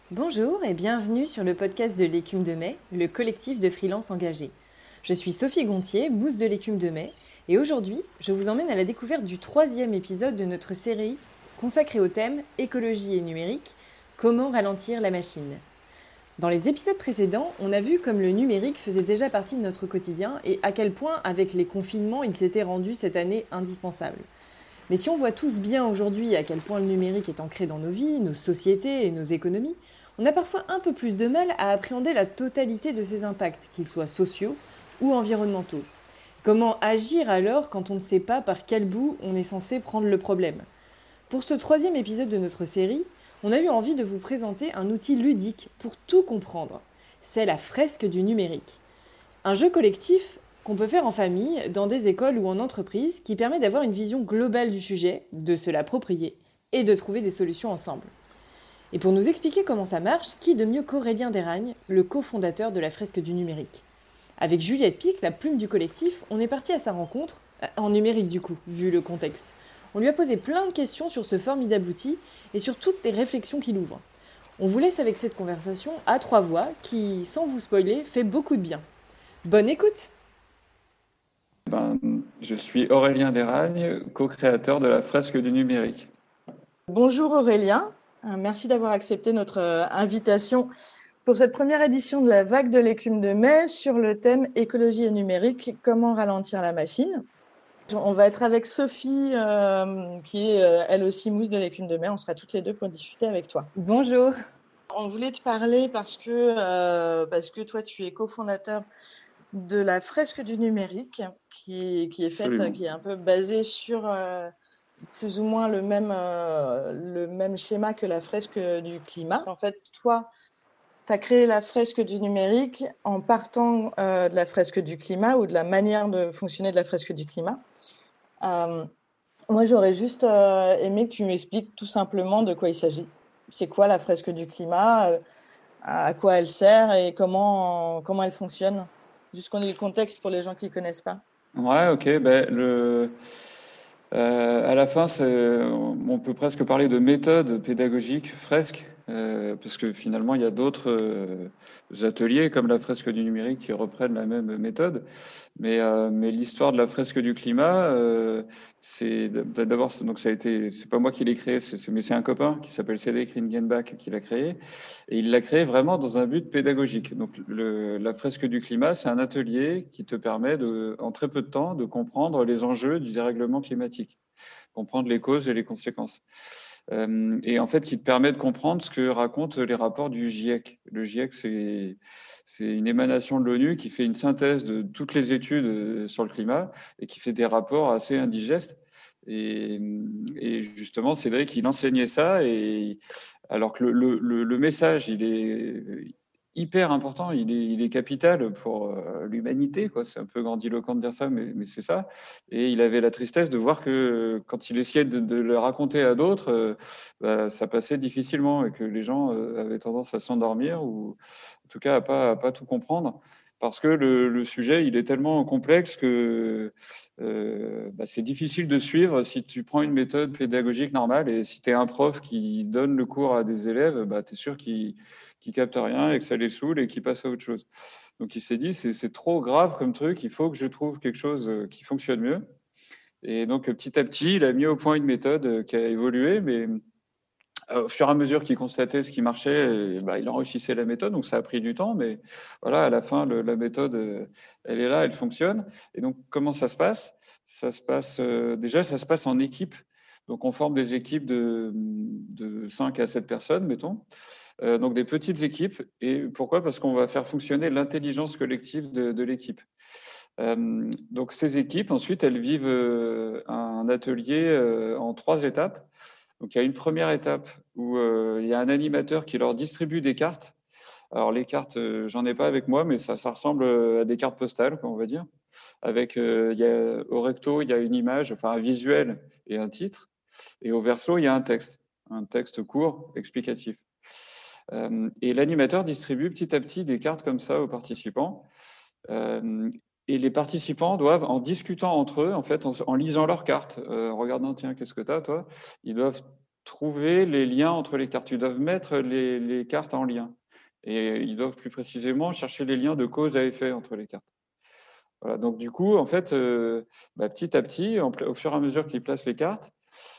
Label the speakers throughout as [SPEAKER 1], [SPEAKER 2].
[SPEAKER 1] Bonjour et bienvenue sur le podcast de l'Écume de Mai, le collectif de freelance engagés. Je suis Sophie Gontier, mousse de l'Écume de Mai, et aujourd'hui, je vous emmène à la découverte du 3e épisode de notre série consacrée au thème écologie et numérique, comment ralentir la machine. Dans les épisodes précédents, on a vu comme le numérique faisait déjà partie de notre quotidien et à quel point, avec les confinements, il s'était rendu cette année indispensable. Mais si on voit tous bien aujourd'hui à quel point le numérique est ancré dans nos vies, nos sociétés et nos économies, on a parfois un peu plus de mal à appréhender la totalité de ses impacts, qu'ils soient sociaux ou environnementaux. Comment agir alors quand on ne sait pas par quel bout on est censé prendre le problème ? Pour ce 3e épisode de notre série, on a eu envie de vous présenter un outil ludique pour tout comprendre. C'est la fresque du numérique. Un jeu collectif qu'on peut faire en famille, dans des écoles ou en entreprise, qui permet d'avoir une vision globale du sujet, de se l'approprier et de trouver des solutions ensemble. Et pour nous expliquer comment ça marche, qui de mieux qu'Aurélien Desragnes, le cofondateur de la fresque du numérique. Avec Juliette Pic, la plume du collectif, on est parti à sa rencontre, en numérique du coup, vu le contexte. On lui a posé plein de questions sur ce formidable outil et sur toutes les réflexions qu'il ouvre. On vous laisse avec cette conversation à 3 voix qui, sans vous spoiler, fait beaucoup de bien. Bonne écoute!
[SPEAKER 2] Je suis Aurélien Desragnes, co-créateur de la fresque du numérique.
[SPEAKER 3] Bonjour Aurélien, merci d'avoir accepté notre invitation pour cette première édition de la vague de l'écume de mai sur le thème écologie et numérique, comment ralentir la machine. On va être avec Sophie, qui est elle aussi mousse de l'écume de mai. On sera toutes les deux pour discuter avec toi.
[SPEAKER 1] Bonjour.
[SPEAKER 3] On voulait te parler parce que toi, tu es cofondateur de la fresque du numérique, qui est faite,
[SPEAKER 2] Absolument.
[SPEAKER 3] qui est un peu basée sur plus ou moins le même schéma que la fresque du climat. En fait, toi, tu as créé la fresque du numérique en partant de la fresque du climat ou de la manière de fonctionner de la fresque du climat. Moi, j'aurais juste aimé que tu m'expliques tout simplement de quoi il s'agit. C'est quoi la fresque du climat, à quoi elle sert et comment elle fonctionne. Juste qu'on ait le contexte pour les gens qui ne connaissent pas.
[SPEAKER 2] Ouais, ok. À la fin, on peut presque parler de méthode pédagogique, fresque, parce que finalement, il y a d'autres ateliers comme la fresque du numérique qui reprennent la même méthode. Mais l'histoire de la fresque du climat, c'est d'abord, donc c'est pas moi qui l'ai créé, mais c'est un copain qui s'appelle Cédric Ringenbach qui l'a créé, et il l'a créé vraiment dans un but pédagogique. Donc la fresque du climat, c'est un atelier qui te permet en très peu de temps de comprendre les enjeux du dérèglement climatique, comprendre les causes et les conséquences. Et en fait, qui te permet de comprendre ce que racontent les rapports du GIEC. Le GIEC, c'est une émanation de l'ONU qui fait une synthèse de toutes les études sur le climat et qui fait des rapports assez indigestes. Et justement, Cédric, il enseignait ça, et alors que le message, il est hyper important, il est capital pour l'humanité, quoi. C'est un peu grandiloquent de dire ça, mais c'est ça. Et il avait la tristesse de voir que quand il essayait de le raconter à d'autres, ça passait difficilement et que les gens avaient tendance à s'endormir ou en tout cas à pas tout comprendre. Parce que le sujet, il est tellement complexe que c'est difficile de suivre si tu prends une méthode pédagogique normale, et si tu es un prof qui donne le cours à des élèves, tu es sûr qu'ils captent rien et que ça les saoule et qu'ils passent à autre chose. Donc il s'est dit, c'est trop grave comme truc, il faut que je trouve quelque chose qui fonctionne mieux. Et donc petit à petit, il a mis au point une méthode qui a évolué, mais au fur et à mesure qu'il constatait ce qui marchait, il enrichissait la méthode. Donc ça a pris du temps, mais voilà, à la fin, la méthode, elle est là, elle fonctionne. Et donc comment ça se passe ? Ça se passe déjà, ça se passe en équipe. Donc on forme des équipes de 5 à 7 personnes, mettons. Donc des petites équipes. Et pourquoi ? Parce qu'on va faire fonctionner l'intelligence collective de l'équipe. Donc ces équipes, ensuite, elles vivent un atelier en 3 étapes. Donc il y a une première étape où il y a un animateur qui leur distribue des cartes. Alors les cartes, j'en ai pas avec moi, mais ça ressemble à des cartes postales, quoi, on va dire. Avec au recto, il y a une image, enfin un visuel et un titre. Et au verso, il y a un texte court, explicatif. Et l'animateur distribue petit à petit des cartes comme ça aux participants. Et les participants doivent, en discutant entre eux, en fait, en lisant leurs cartes, en regardant, tiens, qu'est-ce que tu as, toi, ils doivent trouver les liens entre les cartes. Ils doivent mettre les cartes en lien. Et ils doivent plus précisément chercher les liens de cause à effet entre les cartes. Voilà, donc du coup, en fait, petit à petit, au fur et à mesure qu'ils placent les cartes,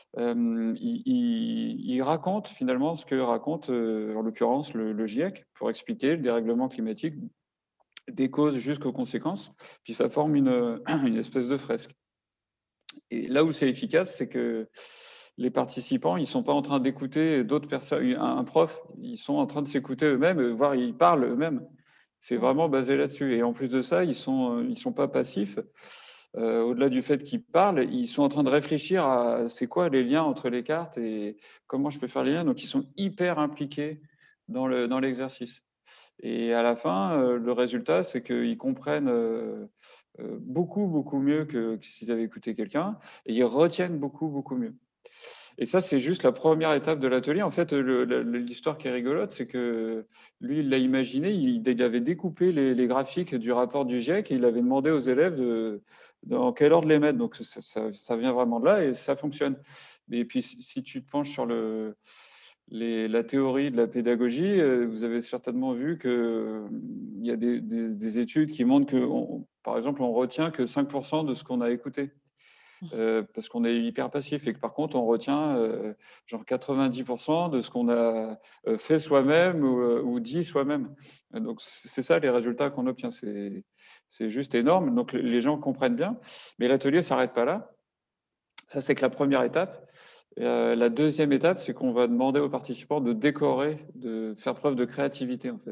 [SPEAKER 2] il raconte finalement ce que raconte, en l'occurrence, le GIEC, pour expliquer le dérèglement climatique des causes jusqu'aux conséquences. Puis ça forme une espèce de fresque. Et là où c'est efficace, c'est que les participants, ils sont pas en train d'écouter d'autres personnes, un prof, ils sont en train de s'écouter eux-mêmes, voire ils parlent eux-mêmes. C'est vraiment basé là-dessus. Et en plus de ça, ils sont pas passifs. Au-delà du fait qu'ils parlent, ils sont en train de réfléchir à c'est quoi les liens entre les cartes et comment je peux faire les liens. Donc, ils sont hyper impliqués dans l'exercice. Et à la fin, le résultat, c'est qu'ils comprennent beaucoup, beaucoup mieux que s'ils avaient écouté quelqu'un et ils retiennent beaucoup, beaucoup mieux. Et ça, c'est juste la première étape de l'atelier. En fait, l'histoire qui est rigolote, c'est que lui, il l'a imaginé, il avait découpé les graphiques du rapport du GIEC et il avait demandé aux élèves dans quel ordre les mettre. Donc, ça vient vraiment de là et ça fonctionne. Et puis, si tu te penches sur la théorie de la pédagogie, vous avez certainement vu qu'il y a des études qui montrent que, par exemple, on retient que 5% de ce qu'on a écouté. Parce qu'on est hyper passif et que par contre on retient genre 90% de ce qu'on a fait soi-même ou dit soi-même. Donc c'est ça les résultats qu'on obtient, c'est juste énorme. Donc les gens comprennent bien, mais l'atelier s'arrête pas là. Ça c'est que la première étape. La deuxième étape, c'est qu'on va demander aux participants de décorer, de faire preuve de créativité en fait.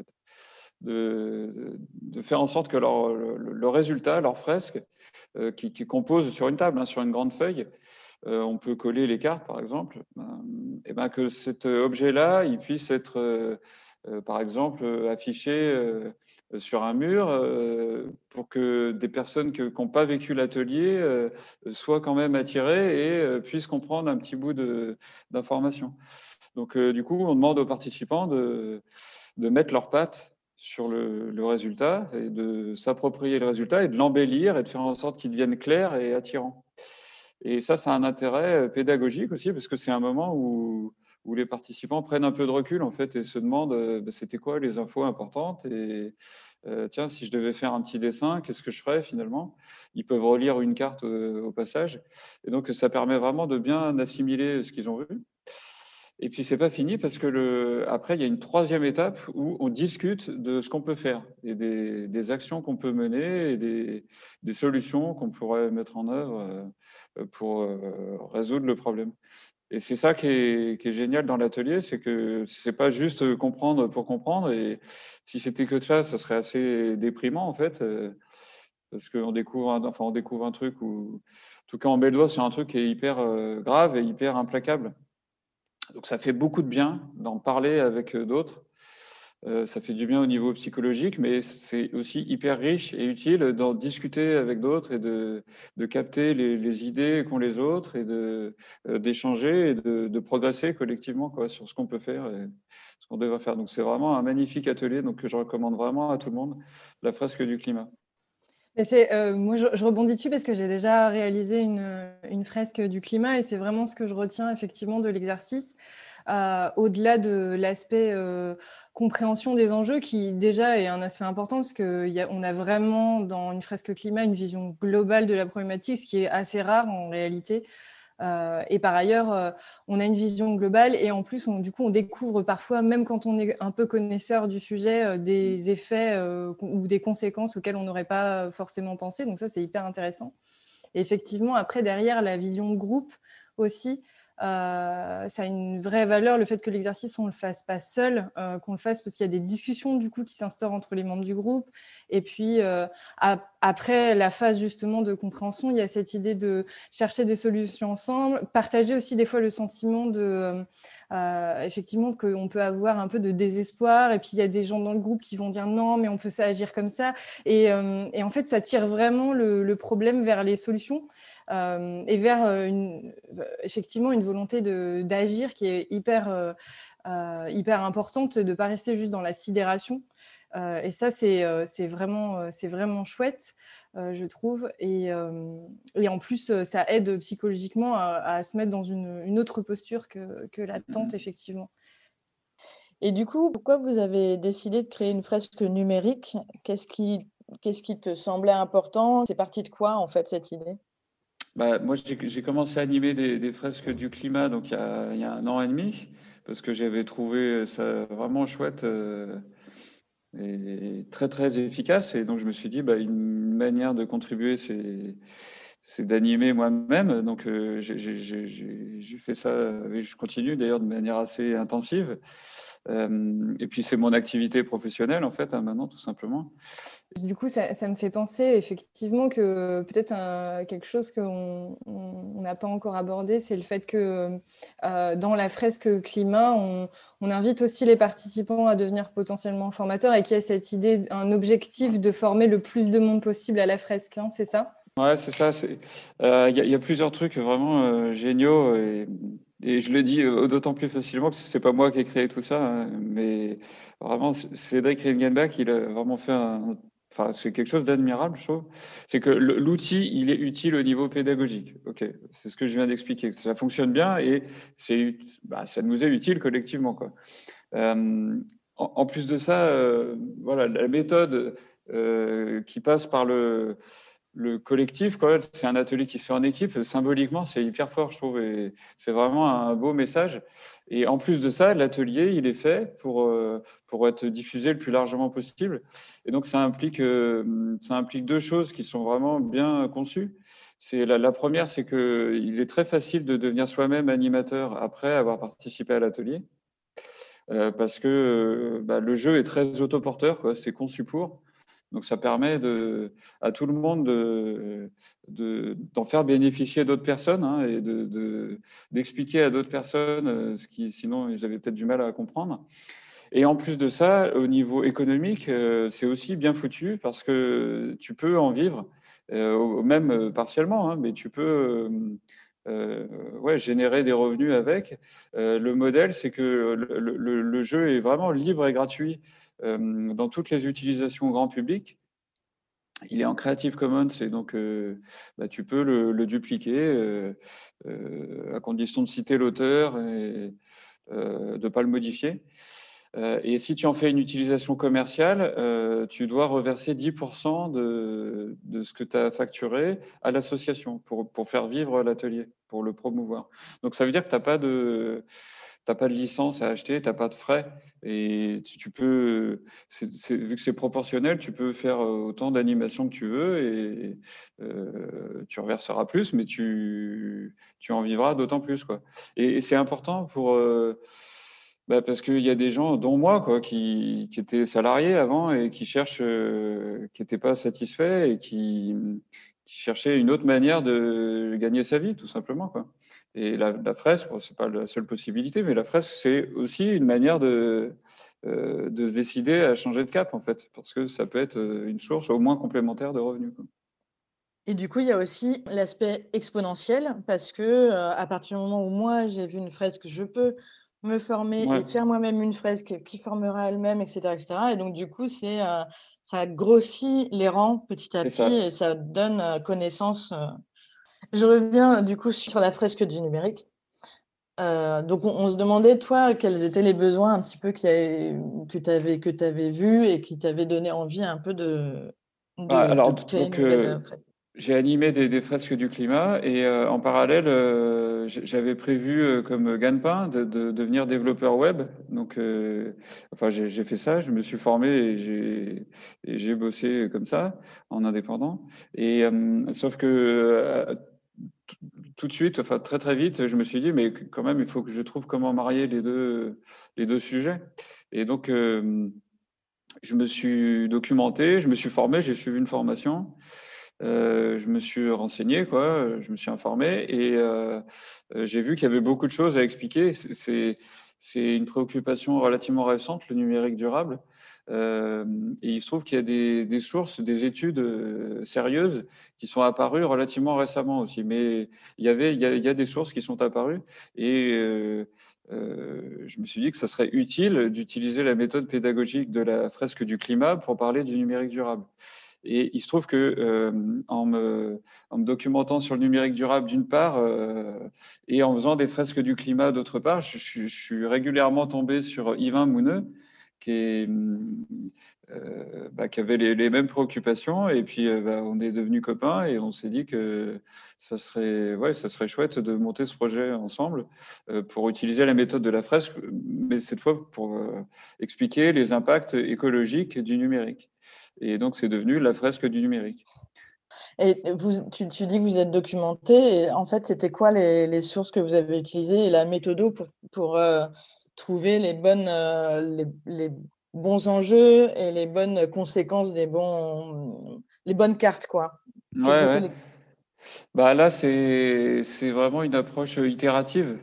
[SPEAKER 2] De faire en sorte que le résultat, leur fresque, qui compose sur une table, sur une grande feuille, on peut coller les cartes par exemple, et ben que cet objet-là, il puisse être, par exemple, affiché sur un mur pour que des personnes qui n'ont pas vécu l'atelier soient quand même attirées et puissent comprendre un petit bout d'information. Donc, du coup, on demande aux participants de mettre leurs pattes sur le résultat et de s'approprier le résultat et de l'embellir et de faire en sorte qu'il devienne clair et attirant. Et ça a un intérêt pédagogique aussi parce que c'est un moment où les participants prennent un peu de recul en fait et se demandent c'était quoi les infos importantes et tiens, si je devais faire un petit dessin, qu'est-ce que je ferais finalement? Ils peuvent relire une carte au passage et donc ça permet vraiment de bien assimiler ce qu'ils ont vu. Et puis, c'est pas fini parce que après, il y a une troisième étape où on discute de ce qu'on peut faire et des actions qu'on peut mener et des solutions qu'on pourrait mettre en œuvre pour résoudre le problème. Et c'est ça qui est génial dans l'atelier, c'est que c'est pas juste comprendre pour comprendre. Et si c'était que ça, ça serait assez déprimant en fait, parce qu'on découvre, on découvre un truc où, en tout cas, on met le doigt sur un truc qui est hyper grave et hyper implacable. Donc ça fait beaucoup de bien d'en parler avec d'autres. Ça fait du bien au niveau psychologique, mais c'est aussi hyper riche et utile d'en discuter avec d'autres et de capter les idées qu'ont les autres et d'échanger et de progresser collectivement sur ce qu'on peut faire et ce qu'on devrait faire. Donc c'est vraiment un magnifique atelier donc, que je recommande vraiment à tout le monde, la fresque du climat.
[SPEAKER 1] Moi, je rebondis dessus parce que j'ai déjà réalisé une fresque du climat et c'est vraiment ce que je retiens effectivement de l'exercice. Au-delà de l'aspect compréhension des enjeux qui déjà est un aspect important parce qu'on a vraiment dans une fresque climat une vision globale de la problématique, ce qui est assez rare en réalité. Et par ailleurs, on a une vision globale et en plus, on découvre parfois, même quand on est un peu connaisseur du sujet, des effets ou des conséquences auxquelles on n'aurait pas forcément pensé. Donc ça, c'est hyper intéressant. Et effectivement, après, derrière, la vision de groupe aussi, ça a une vraie valeur, le fait que l'exercice, on ne le fasse pas seul, qu'on le fasse parce qu'il y a des discussions du coup qui s'instaurent entre les membres du groupe. Et puis, après la phase justement de compréhension, il y a cette idée de chercher des solutions ensemble, partager aussi des fois le sentiment de... effectivement qu'on peut avoir un peu de désespoir et puis il y a des gens dans le groupe qui vont dire non mais on peut agir comme ça et en fait ça tire vraiment le problème vers les solutions et vers effectivement une volonté d'agir qui est hyper importante, de ne pas rester juste dans la sidération. Et ça, c'est vraiment chouette, je trouve. Et en plus, ça aide psychologiquement à se mettre dans une autre posture que l'attente, effectivement.
[SPEAKER 3] Et du coup, pourquoi vous avez décidé de créer une fresque numérique? Qu'est-ce qui te semblait important? C'est parti de quoi, en fait, cette idée?
[SPEAKER 2] Bah, moi, j'ai commencé à animer des fresques du climat donc il y a 1 an et demi, parce que j'avais trouvé ça vraiment chouette et très très efficace. Et donc je me suis dit, bah, une manière de contribuer, c'est d'animer moi-même. Donc j'ai fait ça, et je continue d'ailleurs de manière assez intensive. Et puis c'est mon activité professionnelle en fait, hein, maintenant, tout simplement.
[SPEAKER 1] Du coup, ça me fait penser effectivement que peut-être quelque chose qu'on n'a pas encore abordé, c'est le fait que dans la fresque climat, on invite aussi les participants à devenir potentiellement formateurs et qu'il y a cette idée, un objectif de former le plus de monde possible à la fresque, hein, c'est ça?
[SPEAKER 2] Ouais, c'est ça. Il y a plusieurs trucs vraiment géniaux, et je le dis d'autant plus facilement que c'est pas moi qui ai créé tout ça, hein, mais vraiment Cédric Ringenbach, il a vraiment fait enfin, c'est quelque chose d'admirable, je trouve. C'est que l'outil, il est utile au niveau pédagogique. Ok, c'est ce que je viens d'expliquer. Ça fonctionne bien et ça nous est utile collectivement, quoi. En plus de ça, voilà, la méthode qui passe par le collectif, quoi. C'est un atelier qui se fait en équipe. Symboliquement, c'est hyper fort, je trouve. Et c'est vraiment un beau message. Et en plus de ça, l'atelier, il est fait pour être diffusé le plus largement possible. Et donc, ça implique 2 choses qui sont vraiment bien conçues. La première, c'est qu'il est très facile de devenir soi-même animateur après avoir participé à l'atelier. Parce que bah, le jeu est très autoporteur, quoi. C'est conçu pour. Donc ça permet à tout le monde d'en faire bénéficier d'autres personnes, hein, et d'expliquer à d'autres personnes ce qui sinon ils avaient peut-être du mal à comprendre. Et en plus de ça, au niveau économique, c'est aussi bien foutu parce que tu peux en vivre, même partiellement, hein, mais tu peux ouais, générer des revenus avec. Le modèle, c'est que le jeu est vraiment libre et gratuit dans toutes les utilisations grand public. Il est en Creative Commons et donc bah, tu peux le dupliquer à condition de citer l'auteur et de ne pas le modifier. Et si tu en fais une utilisation commerciale, tu dois reverser 10% de ce que tu as facturé à l'association pour faire vivre l'atelier, pour le promouvoir. Donc ça veut dire que tu n'as pas de licence à acheter, tu n'as pas de frais. Et tu peux, vu que c'est proportionnel, tu peux faire autant d'animations que tu veux et tu reverseras plus, mais tu en vivras d'autant plus, quoi. Et c'est important bah parce qu'il y a des gens, dont moi, quoi, qui étaient salariés avant et qui cherchent, qui n'étaient pas satisfaits et qui cherchaient une autre manière de gagner sa vie, tout simplement, quoi. Et la fresque, bon, c'est pas la seule possibilité, mais la fresque, c'est aussi une manière de se décider à changer de cap, en fait, parce que ça peut être une source au moins complémentaire de revenus, quoi.
[SPEAKER 3] Et du coup, il y a aussi l'aspect exponentiel parce que, à partir du moment où moi, j'ai vu une fresque, je peux me former
[SPEAKER 2] Ouais,
[SPEAKER 3] et faire moi-même une fresque qui formera elle-même et cetera et cetera. Et donc du coup, ça grossit les rangs petit à
[SPEAKER 2] c'est
[SPEAKER 3] petit
[SPEAKER 2] ça.
[SPEAKER 3] et ça donne, connaissance. Je reviens, du coup, sur la fresque du numérique. Donc on se demandait, toi, quels étaient les besoins un petit peu que tu avais vus et qui t'avaient donné envie un peu
[SPEAKER 2] Bah,
[SPEAKER 3] de
[SPEAKER 2] alors,
[SPEAKER 3] créer une
[SPEAKER 2] donc,
[SPEAKER 3] nouvelle, fresque?
[SPEAKER 2] j'ai animé des fresques du climat et en parallèle, j'avais prévu comme gagne-pain de devenir développeur web. Donc, enfin, j'ai fait ça, je me suis formé et j'ai bossé comme ça en indépendant. Et sauf que tout tout de suite, enfin très très vite, je me suis dit, mais quand même, il faut que je trouve comment marier les deux sujets. Et donc, je me suis documenté, je me suis formé, j'ai suivi une formation. Je me suis renseigné, quoi, je me suis informé et j'ai vu qu'il y avait beaucoup de choses à expliquer. c'est une préoccupation relativement récente, le numérique durable. Et il se trouve qu'il y a des sources, des études sérieuses qui sont apparues relativement récemment aussi. Mais il y a des sources qui sont apparues et je me suis dit que ça serait utile d'utiliser la méthode pédagogique de la fresque du climat pour parler du numérique durable. Et il se trouve que en me documentant sur le numérique durable d'une part et en faisant des fresques du climat d'autre part, je suis régulièrement tombé sur Yvain Mouneux, qui avait les mêmes préoccupations. Et puis, on est devenus copains et on s'est dit que ça serait chouette de monter ce projet ensemble pour utiliser la méthode de la fresque, mais cette fois pour expliquer les impacts écologiques du numérique. Et donc, c'est devenu la fresque du numérique.
[SPEAKER 3] Et tu dis que vous êtes documenté. Et en fait, c'était quoi les sources que vous avez utilisées et la méthode pour trouver les bons enjeux et les bonnes conséquences les bonnes cartes, quoi.
[SPEAKER 2] Ouais. Là, c'est vraiment une approche itérative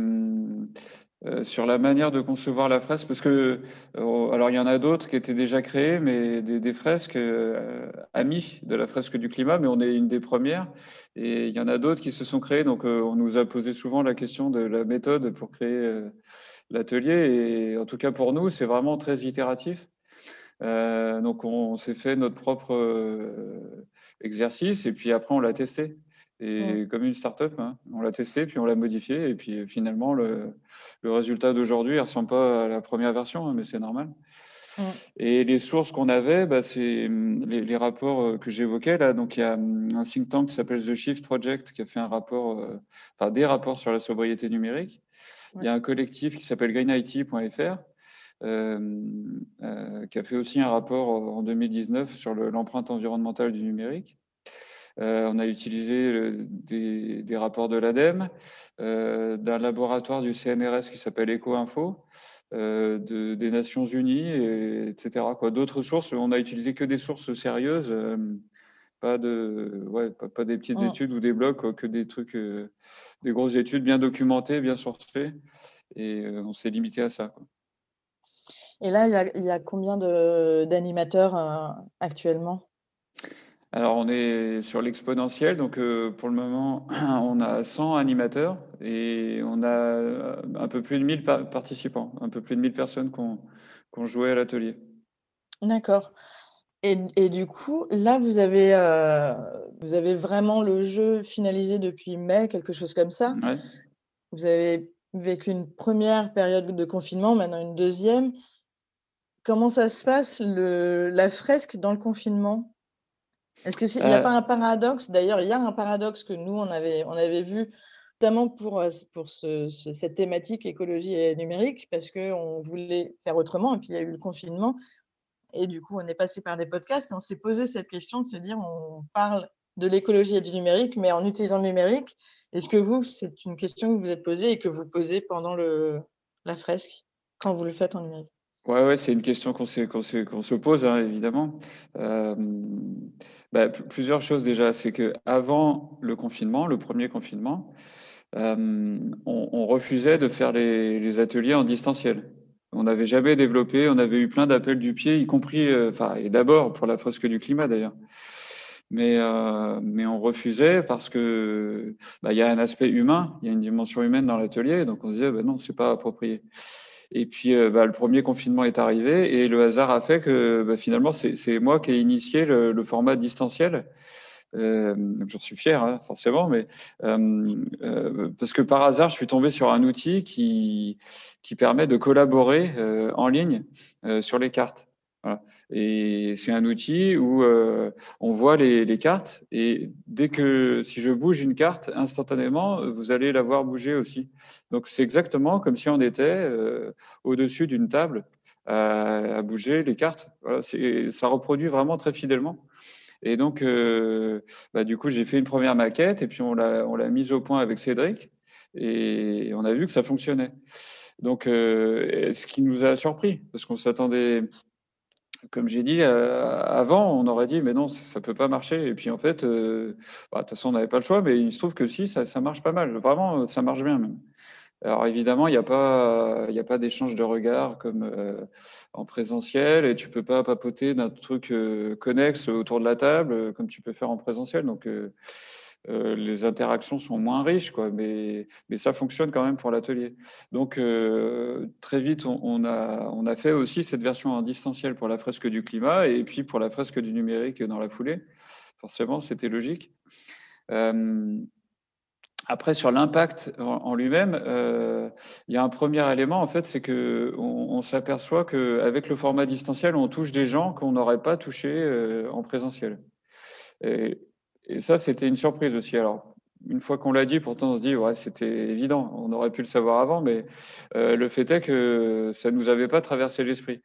[SPEAKER 2] sur la manière de concevoir la fresque, parce que alors il y en a d'autres qui étaient déjà créées, mais des fresques amies de la fresque du climat, mais on est une des premières. Et il y en a d'autres qui se sont créées. Donc, on nous a posé souvent la question de la méthode pour créer l'atelier. Et en tout cas pour nous, c'est vraiment très itératif. Donc, on s'est fait notre propre exercice et puis après, on l'a testé. Et comme une start-up, hein, on l'a testé, puis on l'a modifié. Et puis finalement, le résultat d'aujourd'hui ne ressemble pas à la première version, hein, mais c'est normal. Et les sources qu'on avait, c'est les rapports que j'évoquais là. Donc, il y a un think tank qui s'appelle The Shift Project qui a fait des rapports sur la sobriété numérique. Il y a un collectif qui s'appelle greenIT.fr qui a fait aussi un rapport en 2019 sur l'empreinte environnementale du numérique. On a utilisé des rapports de l'ADEME, d'un laboratoire du CNRS qui s'appelle EcoInfo, des Nations Unies, etc. D'autres sources, on n'a utilisé que des sources sérieuses, pas des petites études ou des blogs, que des trucs, des grosses études bien documentées, bien sourcées, et on s'est limité à ça, quoi.
[SPEAKER 3] Et là, il y a combien d'animateurs actuellement ?
[SPEAKER 2] Alors, on est sur l'exponentiel. Donc, pour le moment, on a 100 animateurs et on a un peu plus de 1000 participants, un peu plus de 1000 personnes qui ont joué à l'atelier.
[SPEAKER 3] D'accord. Et du coup, là, vous avez vraiment le jeu finalisé depuis mai, quelque chose comme ça.
[SPEAKER 2] Ouais.
[SPEAKER 3] Vous avez vécu une première période de confinement, maintenant une deuxième. Comment ça se passe, la fresque dans le confinement ? Est-ce qu'il n'y a pas un paradoxe ? D'ailleurs, il y a un paradoxe que nous, on avait vu, notamment pour cette thématique écologie et numérique, parce qu'on voulait faire autrement, et puis il y a eu le confinement. Et du coup, on est passé par des podcasts et on s'est posé cette question de se dire, on parle de l'écologie et du numérique, mais en utilisant le numérique. Est-ce que c'est une question que vous vous êtes posée et que vous posez pendant la fresque, quand vous le faites en numérique ?
[SPEAKER 2] Ouais, c'est une question qu'on se pose, hein, évidemment. Plusieurs choses déjà. C'est qu'avant le confinement, le premier confinement, on refusait de faire les ateliers en distanciel. On n'avait jamais développé, on avait eu plein d'appels du pied, y compris, et d'abord pour la fresque du climat d'ailleurs. Mais on refusait parce que il y a un aspect humain, il y a une dimension humaine dans l'atelier, donc on se disait non, c'est pas approprié. Et puis le premier confinement est arrivé et le hasard a fait que finalement c'est moi qui ai initié le format distanciel. J'en suis fier, hein, forcément, mais parce que par hasard, je suis tombé sur un outil qui permet de collaborer en ligne sur les cartes. Voilà. Et c'est un outil où on voit les cartes et si je bouge une carte, instantanément, vous allez la voir bouger aussi. Donc c'est exactement comme si on était au-dessus d'une table à bouger les cartes. Voilà, ça reproduit vraiment très fidèlement. Et donc, du coup, j'ai fait une première maquette et puis on l'a mise au point avec Cédric et on a vu que ça fonctionnait. Donc, ce qui nous a surpris, parce qu'on s'attendait, comme j'ai dit avant, on aurait dit mais non, ça peut pas marcher. Et puis en fait, de toute façon, on n'avait pas le choix, mais il se trouve que si, ça marche pas mal. Vraiment, ça marche bien même. Alors évidemment, il y a pas d'échange de regards comme en présentiel, et tu peux pas papoter d'un truc connexe autour de la table comme tu peux faire en présentiel. Donc les interactions sont moins riches, quoi, mais ça fonctionne quand même pour l'atelier. Donc très vite, on a fait aussi cette version en distanciel pour la fresque du climat et puis pour la fresque du numérique dans la foulée. Forcément, c'était logique. Euh, Après, sur l'impact en lui-même, il y a un premier élément, en fait, c'est que on s'aperçoit qu'avec le format distanciel, on touche des gens qu'on n'aurait pas touchés en présentiel. Et, et ça, c'était une surprise aussi. Alors, une fois qu'on l'a dit, pourtant, on se dit, ouais, c'était évident, on aurait pu le savoir avant, mais le fait est que ça nous avait pas traversé l'esprit.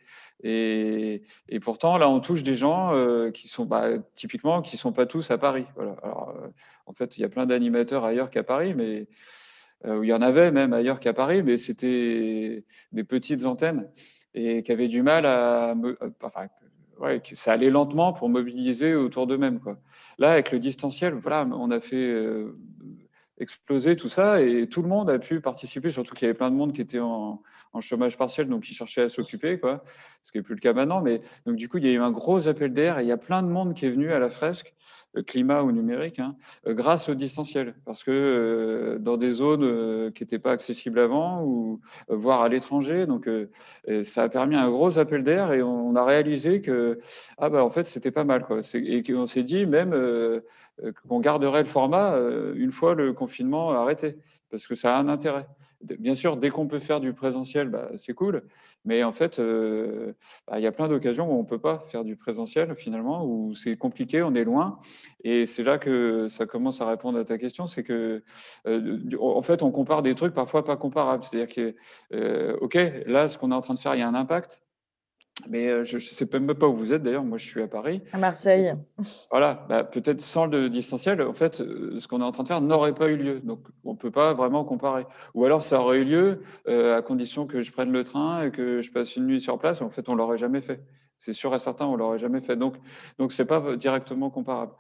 [SPEAKER 2] Et pourtant, là, on touche des gens qui sont, typiquement, qui sont pas tous à Paris. Voilà. Alors, en fait, il y a plein d'animateurs ailleurs qu'à Paris, mais il y en avait même ailleurs qu'à Paris, mais c'était des petites antennes et qui avaient du mal enfin, ouais, ça allait lentement pour mobiliser autour d'eux-mêmes, quoi. Là, avec le distanciel, voilà, on a fait exploser tout ça et tout le monde a pu participer, surtout qu'il y avait plein de monde qui était en chômage partiel, donc qui cherchait à s'occuper, quoi, ce qui n'est plus le cas maintenant. Mais donc, du coup, il y a eu un gros appel d'air et il y a plein de monde qui est venu à la fresque, climat ou numérique, hein, grâce au distanciel. Parce que dans des zones qui n'étaient pas accessibles avant, ou voire à l'étranger, donc ça a permis un gros appel d'air et on a réalisé que, ah bah, en fait, c'était pas mal, quoi. Et qu'on s'est dit même qu'on garderait le format une fois le confinement arrêté, parce que ça a un intérêt. Bien sûr, dès qu'on peut faire du présentiel, c'est cool, mais en fait, il y a plein d'occasions où on ne peut pas faire du présentiel finalement, où c'est compliqué, on est loin, et c'est là que ça commence à répondre à ta question, c'est que en fait, on compare des trucs parfois pas comparables. C'est-à-dire que, ok, là, ce qu'on est en train de faire, il y a un impact, mais je ne sais même pas où vous êtes d'ailleurs. Moi, je suis à Paris.
[SPEAKER 3] À Marseille.
[SPEAKER 2] Voilà, peut-être sans le distanciel, en fait, ce qu'on est en train de faire n'aurait pas eu lieu. Donc, on ne peut pas vraiment comparer. Ou alors, ça aurait eu lieu à condition que je prenne le train et que je passe une nuit sur place. En fait, on ne l'aurait jamais fait. C'est sûr et certain, on ne l'aurait jamais fait. Donc, ce n'est pas directement comparable.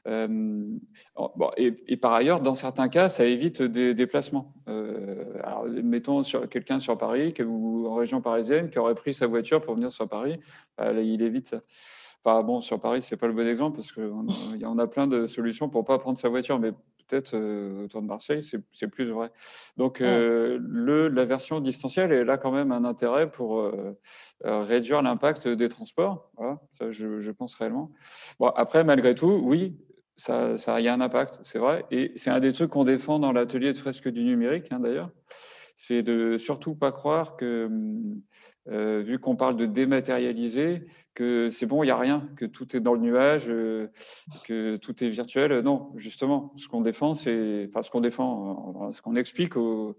[SPEAKER 2] Bon, et par ailleurs, dans certains cas, ça évite des déplacements. Alors, mettons quelqu'un sur Paris ou en région parisienne qui aurait pris sa voiture pour venir sur Paris, il évite ça. Enfin, bon, sur Paris, c'est pas le bon exemple parce qu'on a plein de solutions pour pas prendre sa voiture, mais peut-être autour de Marseille, c'est plus vrai. Donc, la version distancielle, elle a quand même un intérêt pour réduire l'impact des transports. Voilà, ça, je pense réellement. Bon, après, malgré tout, oui, ça, y a un impact, c'est vrai. Et c'est un des trucs qu'on défend dans l'atelier de fresque du numérique, hein, d'ailleurs. C'est de surtout pas croire que, vu qu'on parle de dématérialiser, que c'est bon, il n'y a rien, que tout est dans le nuage, que tout est virtuel. Non, justement, ce qu'on défend, enfin ce qu'on défend, ce qu'on explique,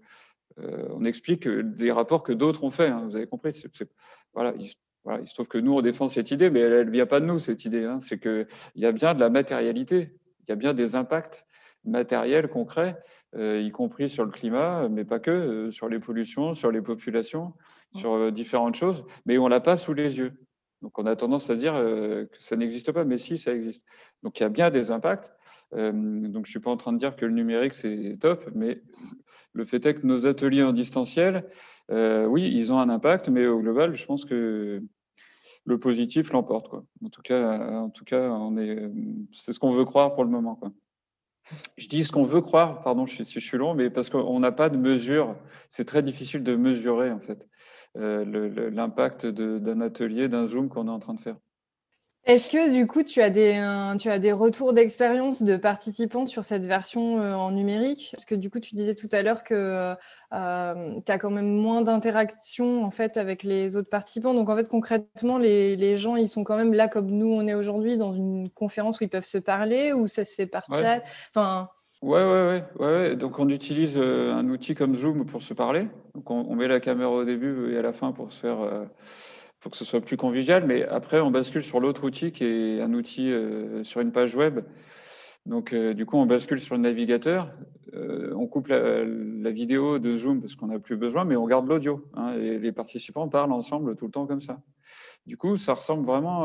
[SPEAKER 2] on explique des rapports que d'autres ont faits. Hein, vous avez compris. Voilà, il se trouve que nous on défend cette idée, mais elle ne vient pas de nous cette idée. Hein, c'est qu'il y a bien de la matérialité, il y a bien des impacts matériels concrets, y compris sur le climat, mais pas que, sur les pollutions, sur les populations, sur différentes choses, mais on l'a pas sous les yeux. Donc on a tendance à dire que ça n'existe pas, mais si, ça existe. Donc il y a bien des impacts. Donc je suis pas en train de dire que le numérique c'est top, mais le fait est que nos ateliers en distanciel, oui, ils ont un impact, mais au global, je pense que le positif l'emporte, quoi. En tout cas, c'est ce qu'on veut croire pour le moment, quoi. Je dis ce qu'on veut croire, pardon, si je suis long, mais parce qu'on n'a pas de mesure. C'est très difficile de mesurer, en fait, l'impact d'un atelier, d'un Zoom qu'on est en train de faire.
[SPEAKER 1] Est-ce que du coup, tu as des retours d'expérience de participants sur cette version en numérique? Parce que du coup, tu disais tout à l'heure que tu as quand même moins d'interaction en fait avec les autres participants. Donc en fait, concrètement, les gens, ils sont quand même là comme nous on est aujourd'hui dans une conférence où ils peuvent se parler, ou ça se fait par
[SPEAKER 2] Ouais.
[SPEAKER 1] chat. Enfin,
[SPEAKER 2] Ouais. Donc on utilise un outil comme Zoom pour se parler. Donc on met la caméra au début et à la fin pour pour que ce soit plus convivial. Mais après, on bascule sur l'autre outil qui est un outil sur une page web. Donc du coup, on bascule sur le navigateur. On coupe la vidéo de Zoom parce qu'on n'a plus besoin, mais on garde l'audio. Hein, et les participants parlent ensemble tout le temps comme ça. Du coup, ça ressemble vraiment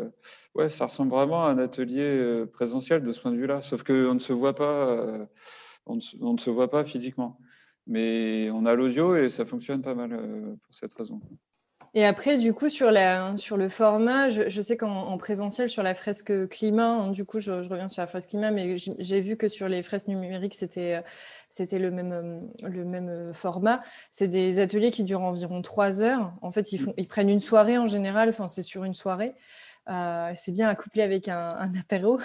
[SPEAKER 2] à un atelier présentiel de ce point de vue-là, sauf qu'on ne se voit pas, on ne se voit pas physiquement. Mais on a l'audio et ça fonctionne pas mal pour cette raison.
[SPEAKER 1] Et après, du coup, sur le format, je sais qu'en présentiel, sur la fresque climat, hein, du coup, je reviens sur la fresque climat, mais j'ai vu que sur les fresques numériques, c'était le même format. C'est des ateliers qui durent environ 3 heures. En fait, ils prennent une soirée en général, enfin, c'est sur une soirée. C'est bien à coupler avec un apéro.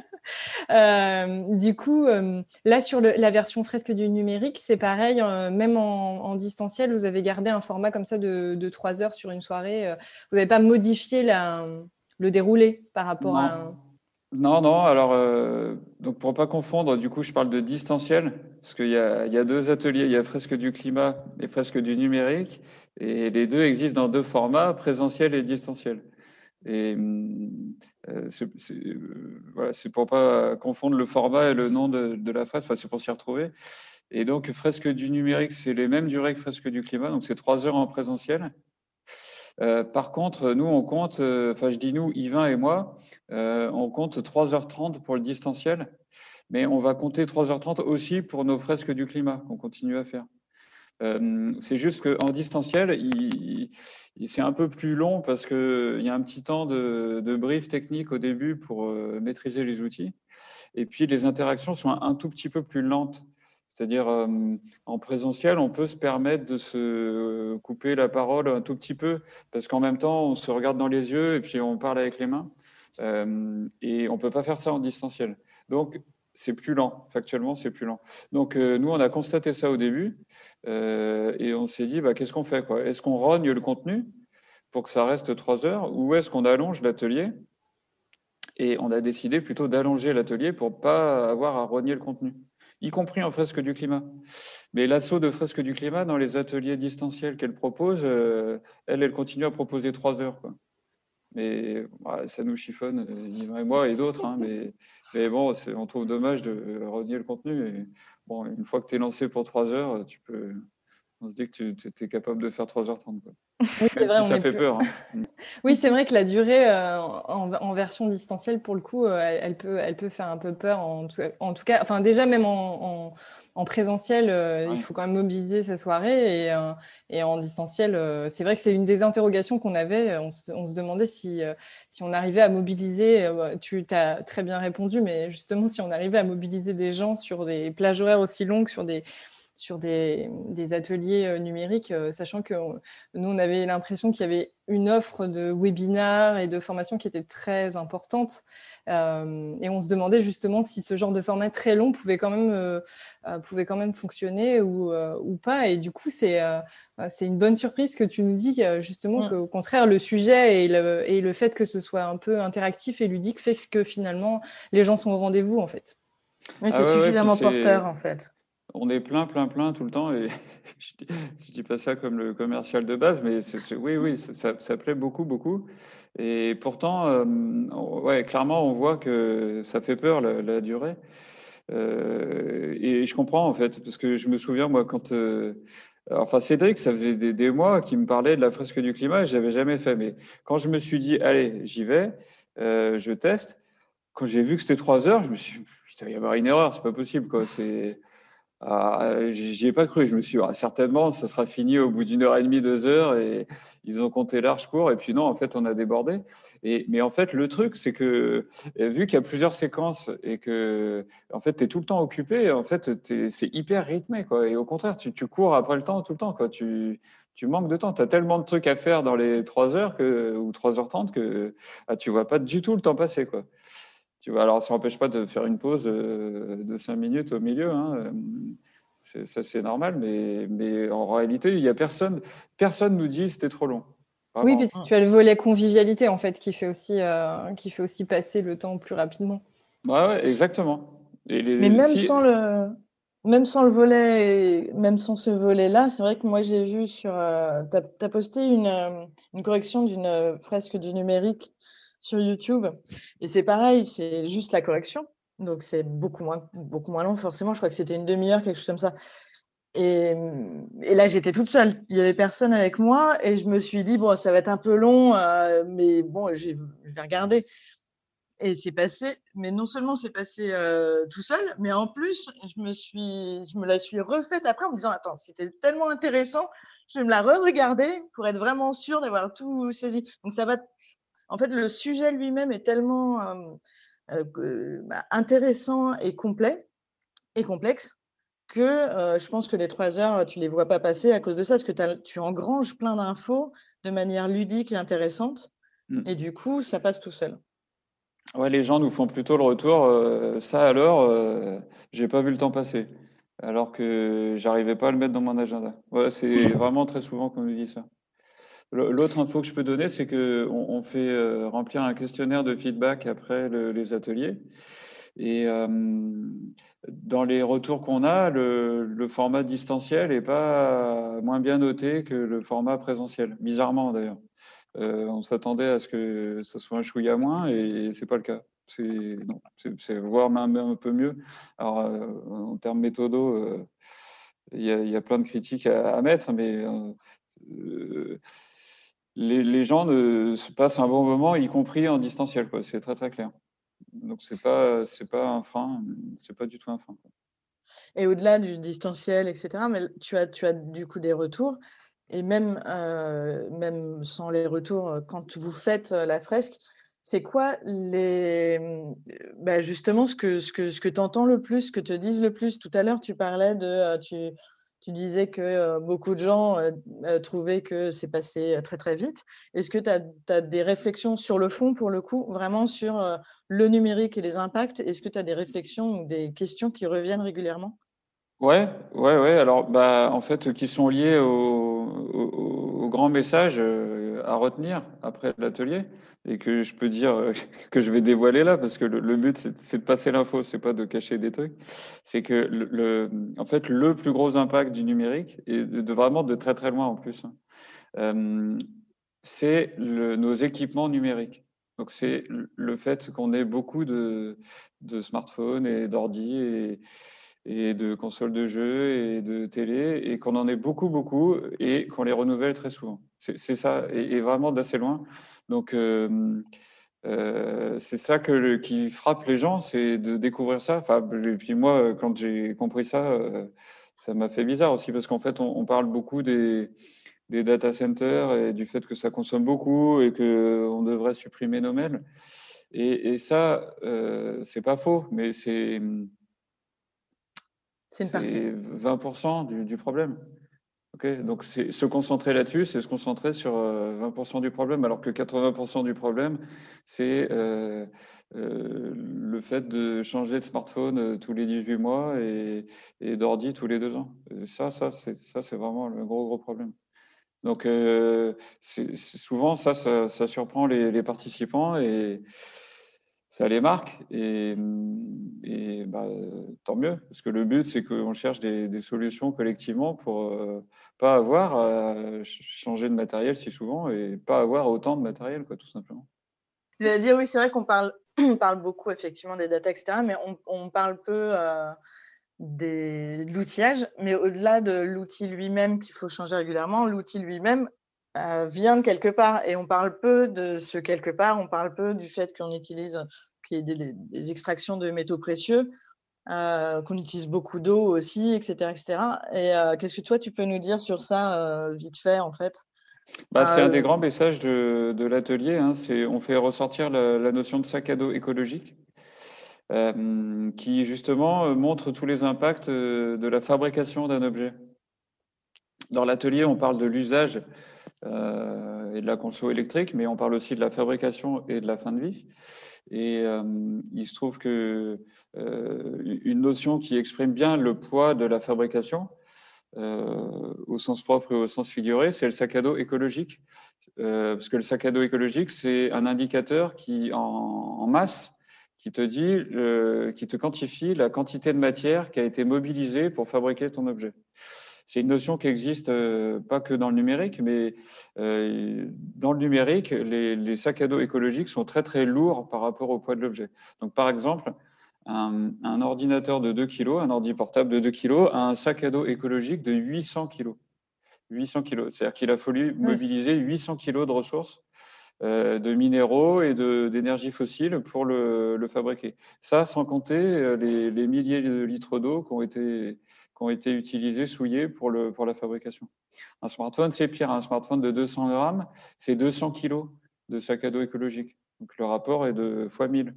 [SPEAKER 1] Du coup, là, sur la version fresque du numérique, c'est pareil, même en distanciel, vous avez gardé un format comme ça de 3 heures sur une soirée. Vous n'avez pas modifié le déroulé par rapport à...
[SPEAKER 2] Non. Alors, donc pour ne pas confondre, du coup, je parle de distanciel, parce qu'il y a 2 ateliers. Il y a fresque du climat et fresque du numérique. Et les 2 existent dans 2 formats, présentiel et distanciel. Et voilà, c'est pour pas confondre le format et le nom de la fresque. Enfin, c'est pour s'y retrouver. Et donc, fresque du numérique, c'est les mêmes durées que fresque du climat. Donc, c'est 3 heures en présentiel. Par contre, nous, on compte, enfin, je dis nous, Yvain et moi, on compte 3h30 pour le distanciel. Mais on va compter 3h30 aussi pour nos fresques du climat qu'on continue à faire. C'est juste qu'en distanciel, c'est un peu plus long parce qu'il y a un petit temps de brief technique au début pour maîtriser les outils. Et puis, les interactions sont un tout petit peu plus lentes. C'est-à-dire, en présentiel, on peut se permettre de se couper la parole un tout petit peu parce qu'en même temps, on se regarde dans les yeux et puis on parle avec les mains. Et on ne peut pas faire ça en distanciel. Donc, c'est plus lent. Factuellement, c'est plus lent. Donc, nous, on a constaté ça au début et on s'est dit, qu'est-ce qu'on fait, quoi ? Est-ce qu'on rogne le contenu pour que ça reste 3 heures ou est-ce qu'on allonge l'atelier ? Et on a décidé plutôt d'allonger l'atelier pour ne pas avoir à rogner le contenu, y compris en fresque du climat. Mais l'assaut de fresque du climat, dans les ateliers distanciels qu'elle propose, elle continue à proposer 3 heures, quoi. Mais ça nous chiffonne, Yvan et moi et d'autres. Hein, mais bon, on trouve dommage de renier le contenu. Et bon, une fois que tu es lancé pour 3 heures, on se dit que tu es capable de faire 3h30. Quoi.
[SPEAKER 1] Oui,
[SPEAKER 2] Même
[SPEAKER 1] vrai,
[SPEAKER 2] si ça fait peur. Hein.
[SPEAKER 1] Oui, c'est vrai que la durée en version distancielle, pour le coup, elle peut faire un peu peur. En tout cas, enfin, déjà, même en présentiel, il faut quand même mobiliser sa soirée. Et en distanciel, c'est vrai que c'est une des interrogations qu'on avait. On se demandait si on arrivait à mobiliser, tu t'as très bien répondu, mais justement, si on arrivait à mobiliser des gens sur des plages horaires aussi longues, sur des ateliers numériques, sachant que nous, on avait l'impression qu'il y avait une offre de webinaires et de formations qui était très importante. Et on se demandait justement si ce genre de format très long pouvait quand même fonctionner ou pas. Et du coup, c'est une bonne surprise que tu nous dis justement qu'au contraire, le sujet et le fait que ce soit un peu interactif et ludique fait que finalement, les gens sont au rendez-vous, en fait.
[SPEAKER 3] Oui, c'est suffisamment porteur, en fait.
[SPEAKER 2] On est plein tout le temps et je dis pas ça comme le commercial de base, mais oui, ça plaît beaucoup. Et pourtant, clairement, on voit que ça fait peur la durée. Et je comprends en fait, parce que je me souviens moi quand, Cédric, ça faisait des mois qu'il me parlait de la fresque du climat et je n'avais jamais fait. Mais quand je me suis dit, allez, j'y vais, je teste. Quand j'ai vu que c'était 3 heures, je me suis dit, putain, il va y avoir une erreur, c'est pas possible quoi. J'y ai pas cru. Je me suis dit, certainement, ça sera fini au bout d'1h30, 2 heures, et ils ont compté large court. Et puis non, en fait, on a débordé. Mais en fait, le truc, c'est que vu qu'il y a plusieurs séquences et que, en fait, tu es tout le temps occupé, en fait, c'est hyper rythmé, quoi. Et au contraire, tu cours après le temps tout le temps, quoi. Tu manques de temps. Tu as tellement de trucs à faire dans les 3 heures ou 3h30 que tu vois pas du tout le temps passer, quoi. Tu vois, alors, ça n'empêche pas de faire une pause de 5 minutes au milieu. Hein. Ça, c'est normal, mais en réalité, il y a personne nous dit que c'était trop long. Vraiment.
[SPEAKER 1] Oui, puis tu as le volet convivialité, en fait, qui fait aussi passer le temps plus rapidement.
[SPEAKER 2] Ouais, exactement.
[SPEAKER 3] Mais même sans le volet, même sans ce volet-là, c'est vrai que moi, j'ai vu tu as posté une correction d'une fresque du numérique sur YouTube. Et c'est pareil, c'est juste la correction. Donc, c'est beaucoup moins long, forcément. Je crois que c'était une demi-heure, quelque chose comme ça. Et là, j'étais toute seule. Il n'y avait personne avec moi. Et je me suis dit, bon, ça va être un peu long, mais bon, je vais regarder. Et c'est passé, mais non seulement c'est passé tout seul, mais en plus, je me la suis refaite après en me disant, attends, c'était tellement intéressant, je vais me la re-regarder pour être vraiment sûre d'avoir tout saisi. Donc ça va, en fait, le sujet lui-même est tellement intéressant et complet et complexe que je pense que les 3 heures, tu les vois pas passer à cause de ça, parce que tu engranges plein d'infos de manière ludique et intéressante, et du coup, ça passe tout seul.
[SPEAKER 2] Ouais, les gens nous font plutôt le retour. Ça alors, j'ai pas vu le temps passer, alors que j'arrivais pas à le mettre dans mon agenda. Ouais, c'est vraiment très souvent qu'on nous dit ça. L'autre info que je peux donner, c'est que on fait remplir un questionnaire de feedback après les ateliers. Et dans les retours qu'on a, le format distanciel est pas moins bien noté que le format présentiel. Bizarrement d'ailleurs. On s'attendait à ce que ça soit un chouïa moins et c'est pas le cas. C'est voire même un peu mieux. Alors, en termes méthodaux, il y a plein de critiques à mettre, mais les gens se passent un bon moment, y compris en distanciel, quoi. C'est très très clair. Donc c'est pas un frein, c'est pas du tout un frein, quoi.
[SPEAKER 3] Et au-delà du distanciel, et cetera, mais tu as du coup des retours, et même sans les retours, quand vous faites, la fresque, c'est quoi justement ce que tu entends le plus, ce que te disent le plus? Tout à l'heure, tu parlais tu disais que, beaucoup de gens, trouvaient que c'est passé, très, très vite. Est-ce que tu as des réflexions sur le fond, pour le coup, vraiment sur, le numérique et les impacts? Est-ce que tu as des réflexions ou des questions qui reviennent régulièrement?
[SPEAKER 2] Ouais, ouais, ouais. Alors, en fait, qui sont liés au grand message à retenir après l'atelier et que je peux dire que je vais dévoiler là parce que le but c'est de passer l'info, c'est pas de cacher des trucs. C'est que en fait, le plus gros impact du numérique et vraiment de très très loin en plus, hein, euh, c'est nos équipements numériques. Donc, c'est le fait qu'on ait beaucoup de smartphones et d'ordi et de consoles de jeux et de télé, et qu'on en ait beaucoup, beaucoup, et qu'on les renouvelle très souvent. C'est ça, et vraiment d'assez loin. Donc, c'est ça qui frappe les gens, c'est de découvrir ça. Enfin, et puis moi, quand j'ai compris ça, ça m'a fait bizarre aussi, parce qu'en fait, on parle beaucoup des data centers et du fait que ça consomme beaucoup et qu'on devrait supprimer nos mails. Et ça, c'est pas faux, mais
[SPEAKER 3] C'est une partie.
[SPEAKER 2] c'est 20% du problème. Okay, donc, se concentrer là-dessus, c'est se concentrer sur 20% du problème, alors que 80% du problème, c'est le fait de changer de smartphone tous les 18 mois et d'ordi tous les 2 ans. Et ça, c'est vraiment le gros, gros problème. Donc, souvent, ça surprend les participants et ça les marque. Et tant mieux, parce que le but, c'est qu'on cherche des solutions collectivement pour pas avoir à changer de matériel si souvent et pas avoir autant de matériel, quoi, tout simplement.
[SPEAKER 3] J'allais dire, oui, c'est vrai qu'on parle, on parle beaucoup effectivement des data, etc., mais on parle peu de l'outillage. Mais au-delà de l'outil lui-même qu'il faut changer régulièrement, l'outil lui-même vient de quelque part. Et on parle peu de ce quelque part, on parle peu du fait qu'on utilise qu'il y ait des extractions de métaux précieux, qu'on utilise beaucoup d'eau aussi, etc., etc. Et qu'est-ce que toi, tu peux nous dire sur ça, vite fait, en fait?
[SPEAKER 2] C'est un des grands messages de l'atelier, hein, on fait ressortir la notion de sac à dos écologique. Qui justement montre tous les impacts de la fabrication d'un objet. Dans l'atelier, on parle de l'usage et de la conso électrique, mais on parle aussi de la fabrication et de la fin de vie. Et il se trouve que une notion qui exprime bien le poids de la fabrication, au sens propre et au sens figuré, c'est le sac à dos écologique. Parce que le sac à dos écologique, c'est un indicateur qui, en masse, qui te quantifie la quantité de matière qui a été mobilisée pour fabriquer ton objet. C'est une notion qui existe pas que dans le numérique, mais dans le numérique, les sacs à dos écologiques sont très très lourds par rapport au poids de l'objet. Donc par exemple, un ordinateur de 2 kg, un ordi portable de 2 kg, a un sac à dos écologique de 800 kg. 800 kg. C'est-à-dire qu'il a fallu mobiliser 800 kg de ressources de minéraux et d'énergie fossile pour le fabriquer. Ça, sans compter les milliers de litres d'eau qui ont été utilisés, souillés pour la fabrication. Un smartphone, c'est pire. Un smartphone de 200 grammes, c'est 200 kilos de sac à dos écologique. Donc le rapport est de fois 1000.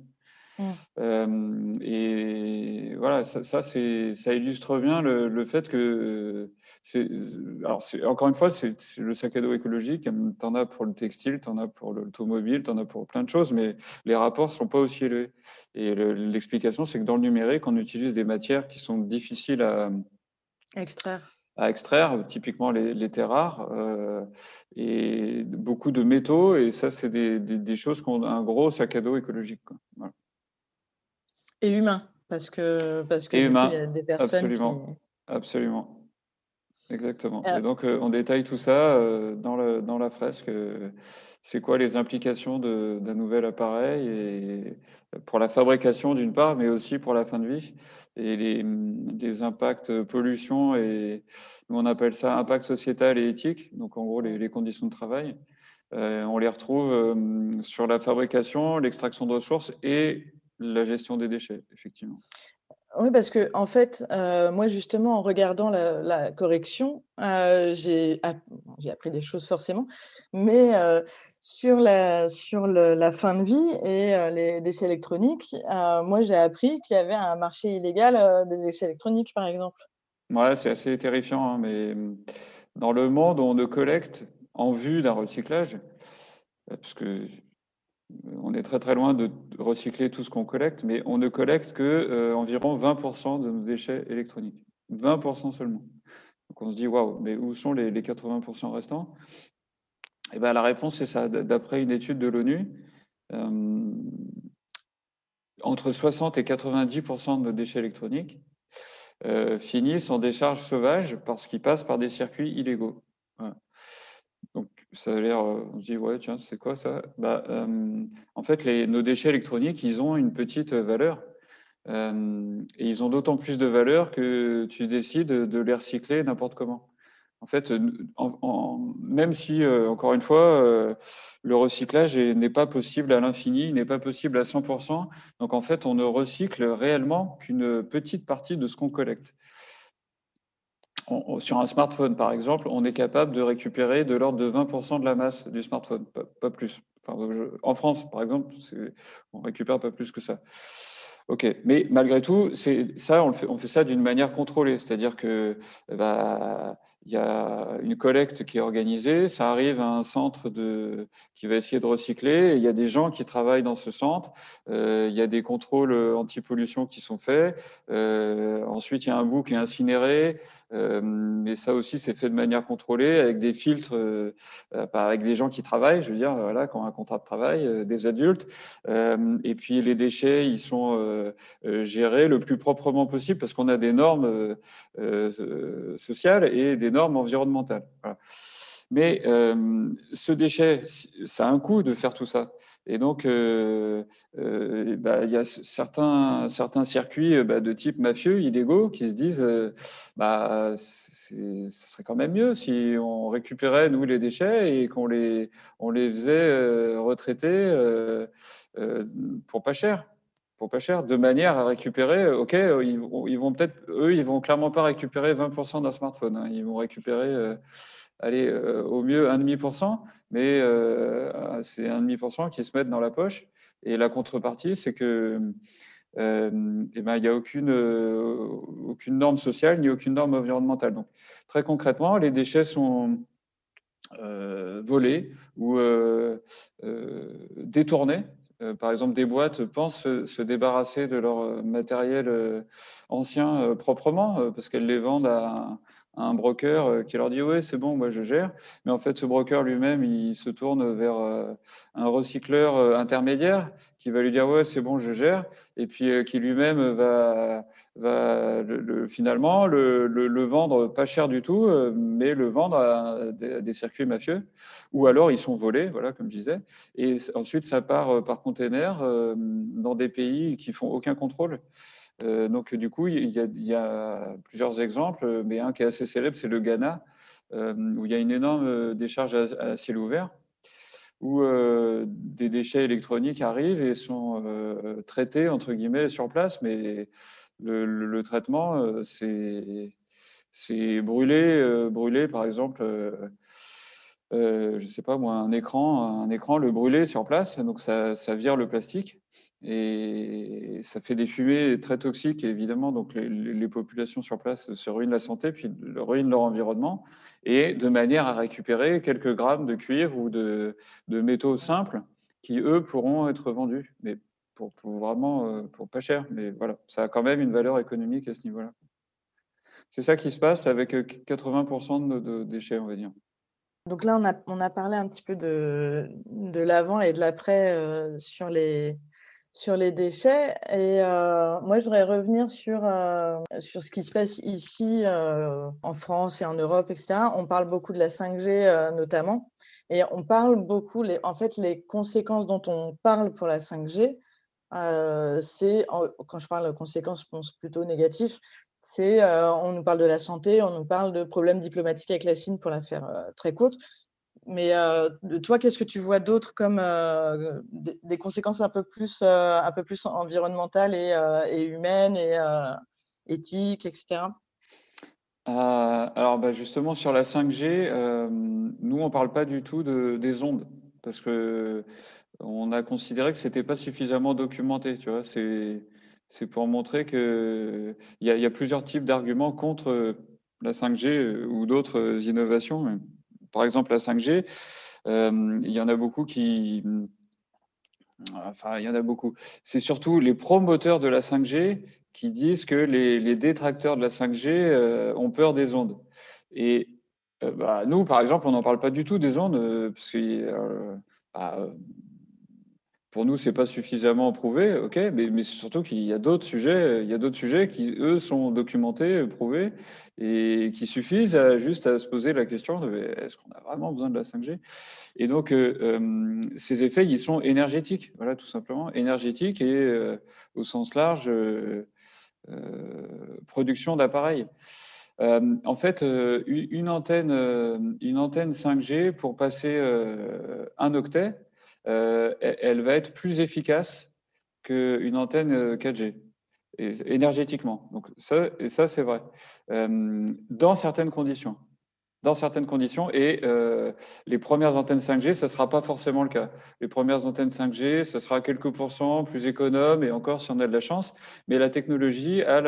[SPEAKER 2] Et voilà, ça illustre bien le fait que encore une fois, c'est le sac à dos écologique. T'en as pour le textile, t'en as pour l'automobile, t'en as pour plein de choses, mais les rapports sont pas aussi élevés. Et l'explication, c'est que dans le numérique, on utilise des matières qui sont difficiles à extraire, typiquement les terres rares, et beaucoup de métaux. Et ça, c'est des choses qui ont un gros sac à dos écologique, quoi. Voilà.
[SPEAKER 3] Et humain, parce que
[SPEAKER 2] Et
[SPEAKER 3] du coup, il
[SPEAKER 2] humain,
[SPEAKER 3] y a des personnes
[SPEAKER 2] absolument. Exactement. Et donc, on détaille tout ça dans la fresque. C'est quoi les implications d'un nouvel appareil et pour la fabrication d'une part, mais aussi pour la fin de vie et les impacts pollution et nous on appelle ça impact sociétal et éthique. Donc, en gros, les conditions de travail. On les retrouve sur la fabrication, l'extraction de ressources et la gestion des déchets, effectivement.
[SPEAKER 3] Oui, parce que en fait, moi justement en regardant la correction, j'ai appris des choses forcément, mais sur la fin de vie et les déchets électroniques, moi j'ai appris qu'il y avait un marché illégal, des déchets électroniques, par exemple.
[SPEAKER 2] Ouais, c'est assez terrifiant, hein, mais dans le monde, on ne collecte en vue d'un recyclage, parce que on est très très loin de recycler tout ce qu'on collecte, mais on ne collecte que environ 20% de nos déchets électroniques. 20% seulement. Donc on se dit, waouh, mais où sont les 80% restants? Eh ben, la réponse, c'est ça. D'après une étude de l'ONU, entre 60 et 90% de nos déchets électroniques finissent en décharge sauvage parce qu'ils passent par des circuits illégaux. Voilà. Donc, ça a l'air, on se dit, ouais, tiens, c'est quoi ça? En fait, nos déchets électroniques, ils ont une petite valeur. Et ils ont d'autant plus de valeur que tu décides de les recycler n'importe comment. En fait, même si, encore une fois, le recyclage n'est pas possible à l'infini, n'est pas possible à 100%. Donc, en fait, on ne recycle réellement qu'une petite partie de ce qu'on collecte. Sur un smartphone, par exemple, on est capable de récupérer de l'ordre de 20% de la masse du smartphone, pas plus. Enfin, en France, par exemple, on récupère pas plus que ça. Ok, mais malgré tout, on fait ça d'une manière contrôlée, c'est-à-dire que il y a une collecte qui est organisée, ça arrive à un centre qui va essayer de recycler, et il y a des gens qui travaillent dans ce centre, il y a des contrôles anti-pollution qui sont faits, ensuite il y a un bout qui est incinéré, mais ça aussi c'est fait de manière contrôlée avec des filtres, avec des gens qui travaillent, je veux dire, voilà, qui ont un contrat de travail, des adultes, et puis les déchets ils sont gérés le plus proprement possible parce qu'on a des normes sociales et des normes environnementales. Voilà. Mais ce déchet, ça a un coût de faire tout ça. Et donc, il y a certains circuits de type mafieux, illégaux, qui se disent ce serait quand même mieux si on récupérait, nous, les déchets et on les faisait retraiter pour pas cher. Pour pas cher, de manière à récupérer, ok, ils vont peut-être, eux, ils vont clairement pas récupérer 20% d'un smartphone. Hein, ils vont récupérer, au mieux 1,5%, mais c'est 1,5% qui se mettent dans la poche. Et la contrepartie, c'est que il n'y a aucune norme sociale ni aucune norme environnementale. Donc, très concrètement, les déchets sont volés ou détournés. Par exemple, des boîtes pensent se débarrasser de leur matériel ancien proprement parce qu'elles les vendent à un broker qui leur dit ouais c'est bon moi je gère, mais en fait ce broker lui-même il se tourne vers un recycleur intermédiaire qui va lui dire ouais c'est bon je gère et puis qui lui-même va finalement le vendre pas cher du tout mais le vendre à des circuits mafieux ou alors ils sont volés, voilà, comme je disais. Et ensuite, ça part par container dans des pays qui font aucun contrôle. Donc, du coup, il y a plusieurs exemples, mais un qui est assez célèbre, c'est le Ghana, où il y a une énorme décharge à ciel ouvert. où des déchets électroniques arrivent et sont traités, entre guillemets, sur place, mais le traitement, c'est brûler, par exemple, je ne sais pas moi, un écran, le brûler sur place, donc ça vire le plastique et ça fait des fumées très toxiques, évidemment, donc les populations sur place se ruinent la santé, puis ruinent leur environnement, et de manière à récupérer quelques grammes de cuivre ou de métaux simples qui, eux, pourront être vendus, mais pour vraiment pour pas cher. Mais voilà, ça a quand même une valeur économique à ce niveau-là. C'est ça qui se passe avec 80% de nos déchets, on va dire.
[SPEAKER 3] Donc là, on a parlé un petit peu de l'avant et de l'après sur les déchets. Et moi, je voudrais revenir sur ce qui se passe ici en France et en Europe, etc. On parle beaucoup de la 5G notamment. Et on parle beaucoup, en fait, les conséquences dont on parle pour la 5G, quand je parle de conséquences, je pense plutôt négatives. On nous parle de la santé, on nous parle de problèmes diplomatiques avec la Chine, pour la faire très courte. Mais de toi, qu'est-ce que tu vois d'autre comme des conséquences un peu plus environnementales et humaines et éthiques, etc.
[SPEAKER 2] Alors justement, sur la 5G, nous, on ne parle pas du tout des ondes, parce que on a considéré que c'était pas suffisamment documenté, tu vois. C'est pour montrer que il y a plusieurs types d'arguments contre la 5G ou d'autres innovations. Par exemple, la 5G, il y en a beaucoup il y en a beaucoup. C'est surtout les promoteurs de la 5G qui disent que les détracteurs de la 5G ont peur des ondes. Et nous, par exemple, on n'en parle pas du tout des ondes, parce que pour nous, c'est pas suffisamment prouvé, ok, mais surtout qu'il y a d'autres sujets qui, eux, sont documentés, prouvés, et qui suffisent juste à se poser la question de est-ce qu'on a vraiment besoin de la 5G? Et donc, ces effets, ils sont énergétiques, voilà, tout simplement, énergétiques et au sens large, production d'appareils. En fait, une antenne 5G pour passer 1 octet, elle va être plus efficace qu'une antenne 4G énergétiquement. Donc ça c'est vrai. Dans certaines conditions. Et les premières antennes 5G, ça ne sera pas forcément le cas. Les premières antennes 5G, ça sera quelques pourcents plus économe, et encore si on a de la chance. Mais la technologie a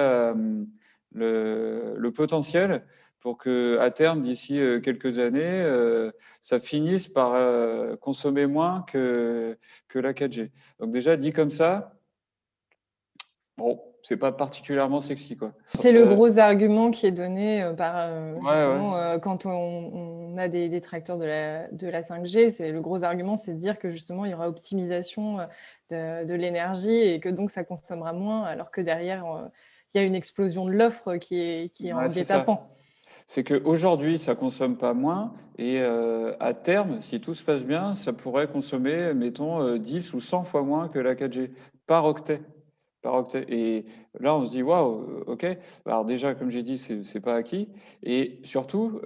[SPEAKER 2] le potentiel pour qu'à terme, d'ici quelques années, ça finisse par consommer moins que la 4G. Donc déjà, dit comme ça, bon, c'est pas particulièrement sexy, quoi.
[SPEAKER 1] C'est le gros argument qui est donné par
[SPEAKER 2] Ouais.
[SPEAKER 1] quand on a des détracteurs de la 5G, c'est le gros argument, c'est de dire que justement il y aura optimisation de l'énergie et que donc ça consommera moins, alors que derrière il y a une explosion de l'offre qui est en guet-apens.
[SPEAKER 2] C'est qu'aujourd'hui, ça consomme pas moins, et à terme, si tout se passe bien, ça pourrait consommer, mettons, 10 ou 100 fois moins que la 4G par octet. Et là, on se dit, waouh, ok. Alors déjà, comme j'ai dit, c'est pas acquis. Et surtout,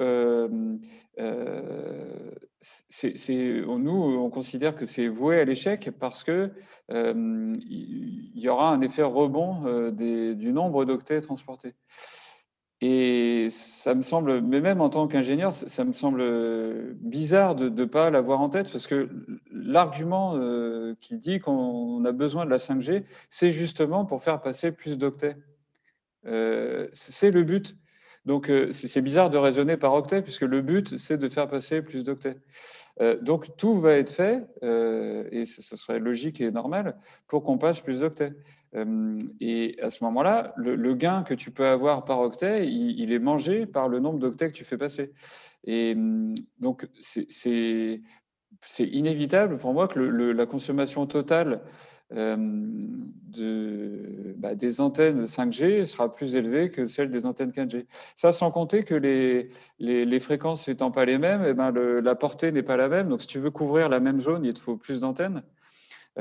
[SPEAKER 2] nous, on considère que c'est voué à l'échec parce que il y aura un effet rebond du nombre d'octets transportés. Et ça me semble, mais même en tant qu'ingénieur, ça me semble bizarre de ne pas l'avoir en tête, parce que l'argument qui dit qu'on a besoin de la 5G, c'est justement pour faire passer plus d'octets. C'est le but. Donc c'est bizarre de raisonner par octet, puisque le but, c'est de faire passer plus d'octets. Donc tout va être fait, et ce serait logique et normal, pour qu'on passe plus d'octets. Et à ce moment-là, le gain que tu peux avoir par octet, il est mangé par le nombre d'octets que tu fais passer. Et donc c'est inévitable pour moi que la consommation totale des antennes 5G sera plus élevée que celle des antennes 4G. Ça, sans compter que les fréquences n'étant pas les mêmes, la portée n'est pas la même. Donc, si tu veux couvrir la même zone, il te faut plus d'antennes.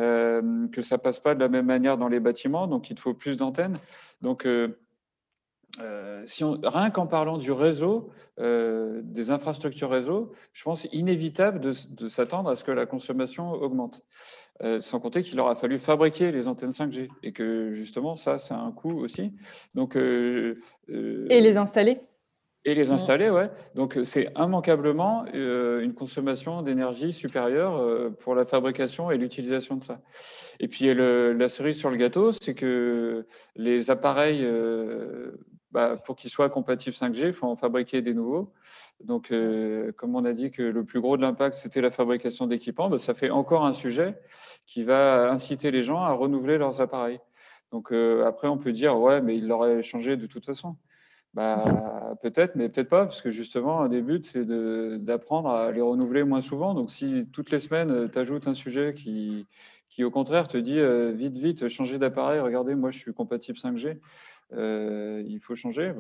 [SPEAKER 2] Que ça passe pas de la même manière dans les bâtiments, donc il te faut plus d'antennes. Donc, Rien qu'en parlant du réseau, des infrastructures réseau, je pense inévitable de s'attendre à ce que la consommation augmente. Sans compter qu'il aura fallu fabriquer les antennes 5G et que justement, ça a un coût aussi. Donc,
[SPEAKER 1] Et les installer.
[SPEAKER 2] Et les installer, ouais. Donc, c'est immanquablement une consommation d'énergie supérieure pour la fabrication et l'utilisation de ça. Et puis, la cerise sur le gâteau, c'est que les appareils, pour qu'ils soient compatibles 5G, il faut en fabriquer des nouveaux. Donc, comme on a dit que le plus gros de l'impact, c'était la fabrication d'équipements, ça fait encore un sujet qui va inciter les gens à renouveler leurs appareils. Donc, après, on peut dire, ouais, mais ils l'auraient changé de toute façon. Peut-être, mais peut-être pas, parce que justement, un des buts, c'est d'apprendre à les renouveler moins souvent. Donc, si toutes les semaines, tu ajoutes un sujet qui, au contraire, te dit vite, vite, changez d'appareil, regardez, moi, je suis compatible 5G, il faut changer.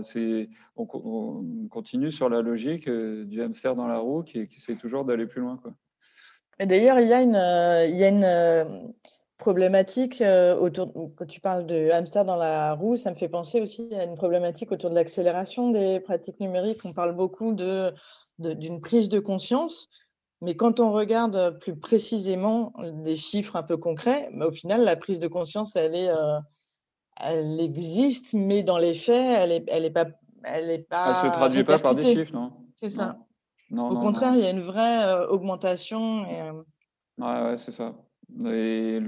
[SPEAKER 2] On continue sur la logique du hamster dans la roue qui essaie toujours d'aller plus loin, quoi.
[SPEAKER 3] Et d'ailleurs, il y a une problématique quand tu parles de hamster dans la roue, ça me fait penser aussi à une problématique autour de l'accélération des pratiques numériques. On parle beaucoup d'une prise de conscience, mais quand on regarde plus précisément des chiffres un peu concrets, au final, la prise de conscience, elle existe, mais dans les faits, elle est
[SPEAKER 2] Elle se
[SPEAKER 3] pas
[SPEAKER 2] traduit pas par des
[SPEAKER 3] répercutée.
[SPEAKER 2] chiffres, non?
[SPEAKER 3] C'est ça.
[SPEAKER 2] Non,
[SPEAKER 3] Au
[SPEAKER 2] non,
[SPEAKER 3] contraire,
[SPEAKER 2] non.
[SPEAKER 3] il y a une vraie augmentation.
[SPEAKER 2] Ouais, c'est ça. Et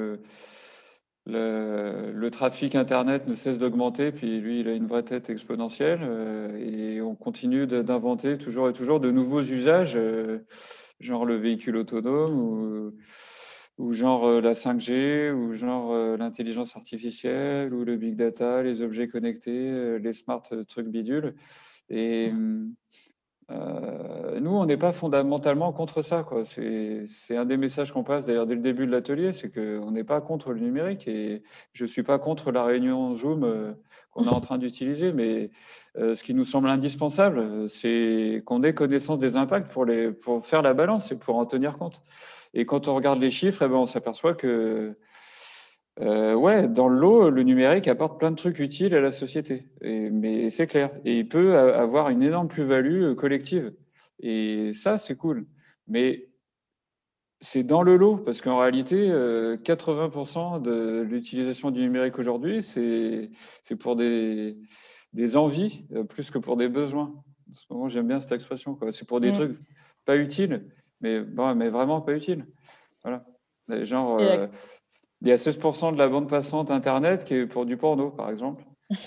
[SPEAKER 2] le trafic Internet ne cesse d'augmenter, puis lui, il a une vraie tête exponentielle, et on continue d'inventer toujours et toujours de nouveaux usages, genre le véhicule autonome, ou genre la 5G, ou genre l'intelligence artificielle, ou le big data, les objets connectés, les smart trucs bidules. Et nous, on n'est pas fondamentalement contre ça, quoi. C'est un des messages qu'on passe d'ailleurs dès le début de l'atelier, c'est qu'on n'est pas contre le numérique et je ne suis pas contre la réunion Zoom qu'on est en train d'utiliser, mais ce qui nous semble indispensable, c'est qu'on ait connaissance des impacts pour faire la balance et pour en tenir compte. Et quand on regarde les chiffres, eh ben, on s'aperçoit que ouais, dans le lot, le numérique apporte plein de trucs utiles à la société. Mais c'est clair. Et il peut avoir une énorme plus-value collective. Et ça, c'est cool. Mais c'est dans le lot, parce qu'en réalité, 80% de l'utilisation du numérique aujourd'hui, c'est pour des envies plus que pour des besoins. En ce moment, j'aime bien cette expression, quoi. C'est pour des trucs pas utiles, mais, bon, mais vraiment pas utiles. Voilà. Genre,
[SPEAKER 3] Et
[SPEAKER 2] il y a 16% de la bande passante Internet qui est pour du porno, par exemple.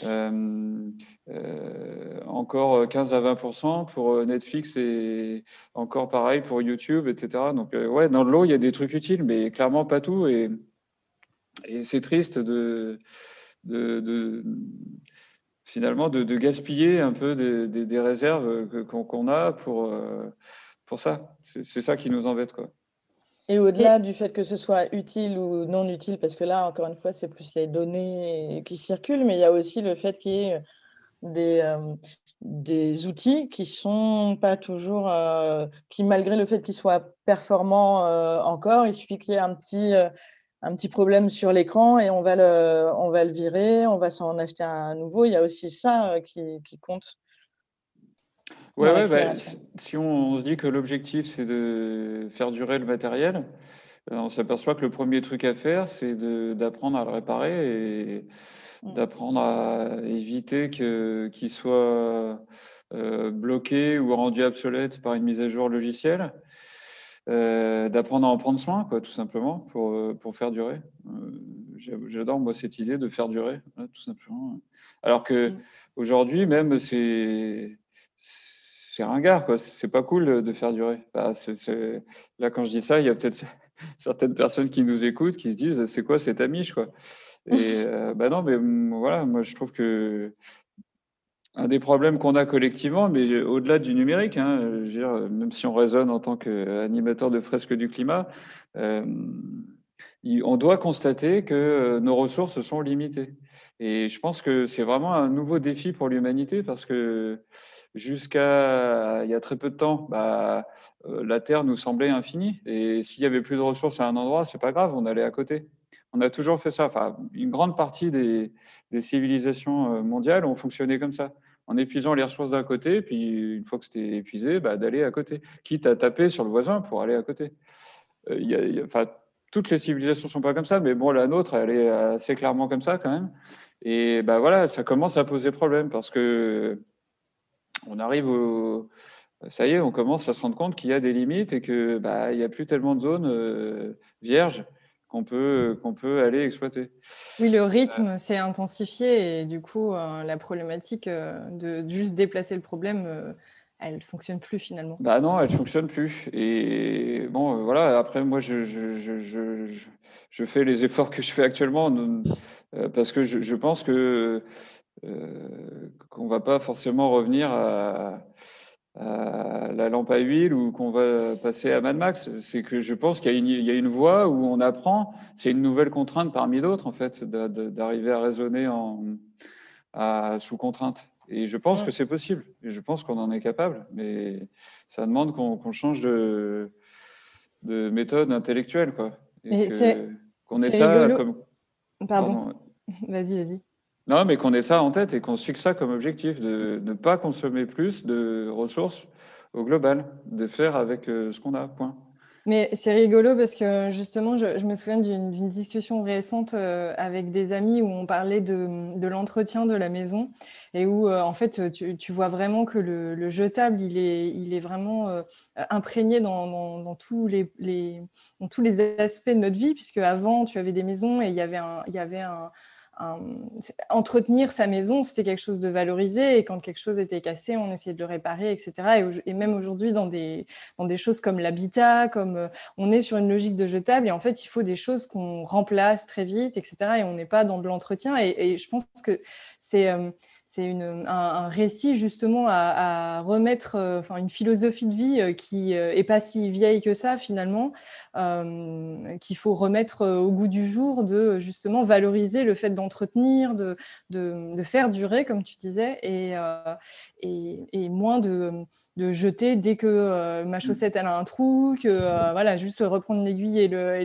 [SPEAKER 2] Encore 15 à 20% pour Netflix et encore pareil pour YouTube, etc. Donc, ouais, dans le lot, il y a des trucs utiles, mais clairement pas tout. Et c'est triste de finalement de gaspiller un peu des réserves qu'on a pour ça. C'est ça qui nous embête, quoi.
[SPEAKER 3] Et au-delà du fait que ce soit utile ou non utile, parce que là, encore une fois, c'est plus les données qui circulent, mais il y a aussi le fait qu'il y ait des outils qui sont pas toujours, qui malgré le fait qu'ils soient performants encore, il suffit qu'il y ait un petit problème sur l'écran et on va le virer, on va s'en acheter un nouveau. Il y a aussi ça qui compte dans
[SPEAKER 2] Ouais,
[SPEAKER 3] l'accélération.
[SPEAKER 2] si on se dit que l'objectif, c'est de faire durer le matériel, on s'aperçoit que le premier truc à faire, c'est d'apprendre à le réparer et d'apprendre à éviter qu'il soit bloqué ou rendu obsolète par une mise à jour logicielle, d'apprendre à en prendre soin, quoi, tout simplement, pour faire durer. J'adore, moi, cette idée de faire durer, hein, tout simplement. Alors que aujourd'hui, même, c'est ringard, quoi. C'est pas cool de faire durer. Là, quand je dis ça, il y a peut-être certaines personnes qui nous écoutent qui se disent c'est quoi cette amiche, quoi. Et non, mais voilà, moi je trouve que un des problèmes qu'on a collectivement, mais au-delà du numérique, hein, je veux dire, même si on raisonne en tant qu'animateur de fresques du climat, euh, on doit constater que nos ressources sont limitées. Et je pense que c'est vraiment un nouveau défi pour l'humanité parce que jusqu'à il y a très peu de temps, la Terre nous semblait infinie. Et s'il y avait plus de ressources à un endroit, c'est pas grave, on allait à côté. On a toujours fait ça. Enfin, une grande partie des civilisations mondiales ont fonctionné comme ça, en épuisant les ressources d'un côté, puis une fois que c'était épuisé, d'aller à côté, quitte à taper sur le voisin pour aller à côté. Enfin, toutes les civilisations ne sont pas comme ça, mais bon, la nôtre, elle est assez clairement comme ça quand même. Et voilà, ça commence à poser problème parce que on arrive ça y est, on commence à se rendre compte qu'il y a des limites et que il n'y a plus tellement de zones vierges qu'on peut aller exploiter.
[SPEAKER 1] Oui, le rythme s'est intensifié et du coup, la problématique de juste déplacer le problème, elle ne fonctionne plus finalement.
[SPEAKER 2] Non, elle ne fonctionne plus. Et bon, voilà, après, moi, je fais les efforts que je fais actuellement parce que je pense qu'on ne va pas forcément revenir à la lampe à huile ou qu'on va passer à Mad Max. C'est que je pense qu'il y a une voie où on apprend. C'est une nouvelle contrainte parmi d'autres, en fait, d'arriver à raisonner sous contrainte. Et je pense que c'est possible. Et je pense qu'on en est capable. Mais ça demande qu'on change de méthode intellectuelle, quoi. Et qu'on ait ça
[SPEAKER 1] rigolo.
[SPEAKER 2] comme.
[SPEAKER 1] Pardon. Vas-y.
[SPEAKER 2] Non, mais qu'on ait ça en tête et qu'on se fixe ça comme objectif, de ne pas consommer plus de ressources au global, de faire avec ce qu'on a, point.
[SPEAKER 1] Mais c'est rigolo parce que justement, je me souviens d'une discussion récente avec des amis où on parlait de l'entretien de la maison et où en fait tu vois vraiment que le jetable il est vraiment imprégné dans tous dans tous les aspects de notre vie, puisque avant tu avais des maisons et il y avait entretenir sa maison, c'était quelque chose de valorisé, et quand quelque chose était cassé, on essayait de le réparer, etc. Et même aujourd'hui, dans des choses comme l'habitat, comme on est sur une logique de jetable, et en fait, il faut des choses qu'on remplace très vite, etc. Et on n'est pas dans de l'entretien. Et je pense que c'est un récit justement à remettre, une philosophie de vie qui est pas si vieille que ça finalement, qu'il faut remettre au goût du jour, de justement valoriser le fait d'entretenir, de faire durer, comme tu disais, et moins de jeter dès que ma chaussette elle a un trou, que voilà, juste reprendre une aiguille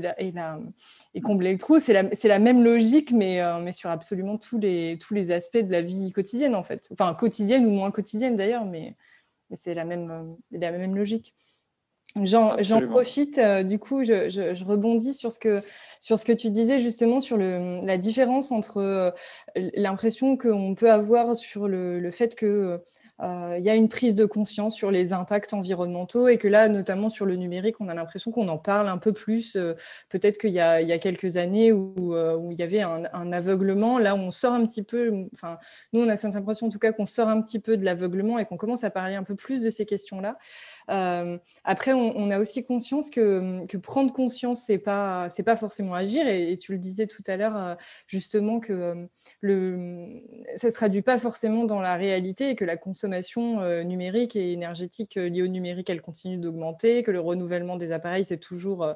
[SPEAKER 1] et combler le trou. C'est la même logique, mais sur absolument tous les aspects de la vie quotidienne, en fait. Enfin, quotidienne ou moins quotidienne d'ailleurs, mais c'est la même logique. J'en profite, du coup, je rebondis sur ce que tu disais justement sur la différence entre l'impression qu'on peut avoir sur le fait que y a une prise de conscience sur les impacts environnementaux, et que là, notamment sur le numérique, on a l'impression qu'on en parle un peu plus. Peut-être qu'il y a quelques années où il y avait un aveuglement. Là, on sort un petit peu, enfin, nous, on a cette impression en tout cas qu'on sort un petit peu de l'aveuglement et qu'on commence à parler un peu plus de ces questions-là. Après, on a aussi conscience que prendre conscience, c'est pas forcément agir, et tu le disais tout à l'heure, justement, que ça se traduit pas forcément dans la réalité, et que la consommation numérique et énergétique liée au numérique, elle continue d'augmenter, que le renouvellement des appareils, c'est toujours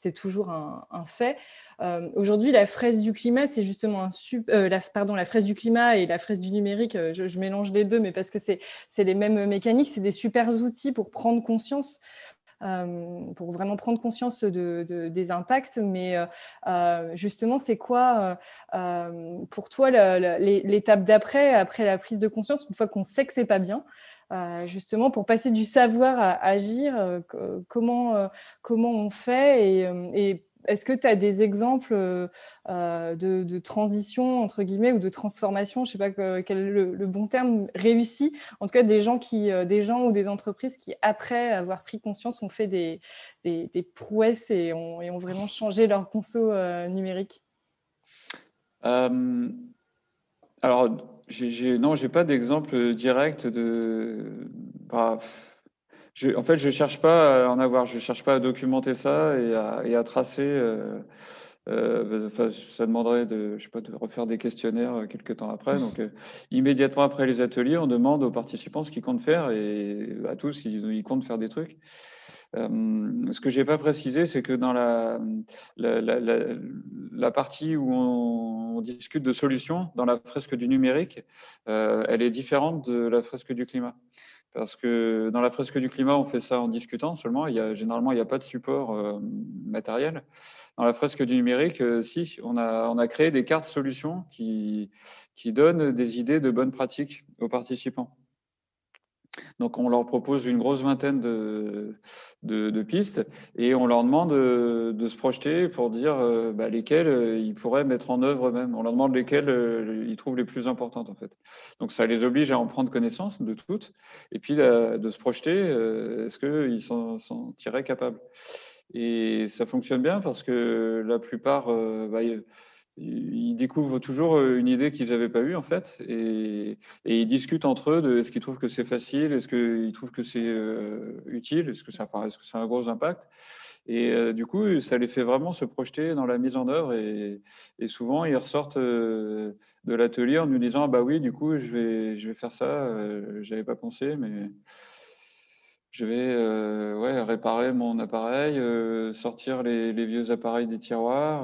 [SPEAKER 1] un fait. Aujourd'hui, la fraise du climat, c'est justement la fraise du climat et la fraise du numérique, je mélange les deux, mais parce que c'est les mêmes mécaniques, c'est des super outils pour prendre conscience, pour vraiment prendre conscience des impacts. Mais justement, c'est quoi pour toi l'étape après la prise de conscience, une fois qu'on sait que c'est pas bien, justement pour passer du savoir à agir, comment on fait, et est-ce que tu as des exemples de transition, entre guillemets, ou de transformation, je ne sais pas quel est le bon terme, réussi, en tout cas des gens ou des entreprises qui, après avoir pris conscience, ont fait des prouesses et ont vraiment changé leur conso numérique?
[SPEAKER 2] Alors, j'ai pas d'exemple direct en fait, je cherche pas à en avoir. Je cherche pas à documenter ça et à tracer. Ça demanderait de refaire des questionnaires quelques temps après. Donc, immédiatement après les ateliers, on demande aux participants ce qu'ils comptent faire, et à tous, ils comptent faire des trucs. Ce que j'ai pas précisé, c'est que dans la partie où on discute de solutions, dans la fresque du numérique, elle est différente de la fresque du climat. Parce que dans la fresque du climat, on fait ça en discutant seulement. Généralement, il n'y a pas de support matériel. Dans la fresque du numérique, si, on a créé des cartes solutions qui donnent des idées de bonnes pratiques aux participants. Donc, on leur propose une grosse vingtaine de pistes et on leur demande de se projeter pour dire lesquelles ils pourraient mettre en œuvre eux-mêmes. On leur demande lesquelles ils trouvent les plus importantes, en fait. Donc, ça les oblige à en prendre connaissance de toutes et puis de se projeter. Est-ce qu'ils s'en tireraient capables? Et ça fonctionne bien parce que la plupart, ils découvrent toujours une idée qu'ils n'avaient pas eue, en fait, et ils discutent entre eux de est-ce qu'ils trouvent que c'est facile, est-ce qu'ils trouvent que c'est utile, est-ce que ça a un gros impact. Et du coup, ça les fait vraiment se projeter dans la mise en œuvre. Et souvent, ils ressortent de l'atelier en nous disant ah bah oui, du coup, je vais faire ça, j'avais pas pensé, mais je vais réparer mon appareil, sortir les vieux appareils des tiroirs,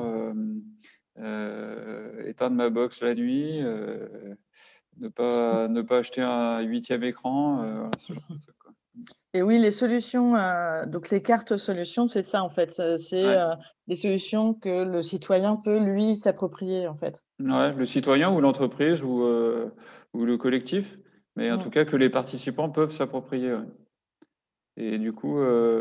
[SPEAKER 2] éteindre ma box la nuit, ne pas acheter un 8e écran, voilà, ce genre de truc, quoi.
[SPEAKER 3] Et oui, les solutions, donc les cartes solutions, c'est ça en fait. C'est
[SPEAKER 2] Ouais.
[SPEAKER 3] des solutions que le citoyen peut lui s'approprier en fait.
[SPEAKER 2] Ouais, le citoyen ou l'entreprise ou le collectif, mais en tout cas que les participants peuvent s'approprier. Ouais. Et du coup,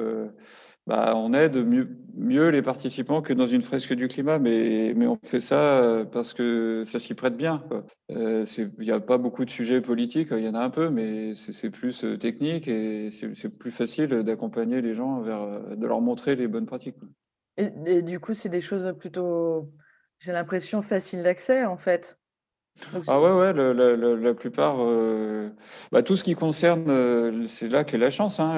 [SPEAKER 2] on aide mieux les participants que dans une fresque du climat, mais on fait ça parce que ça s'y prête bien, quoi. Il n'y a pas beaucoup de sujets politiques, il y en a un peu, mais c'est plus technique et c'est plus facile d'accompagner les gens de leur montrer les bonnes pratiques, quoi.
[SPEAKER 3] Et du coup, c'est des choses plutôt, j'ai l'impression, faciles d'accès en fait. Donc,
[SPEAKER 2] Ah ouais, la plupart, tout ce qui concerne, c'est là qu'est la chance, hein,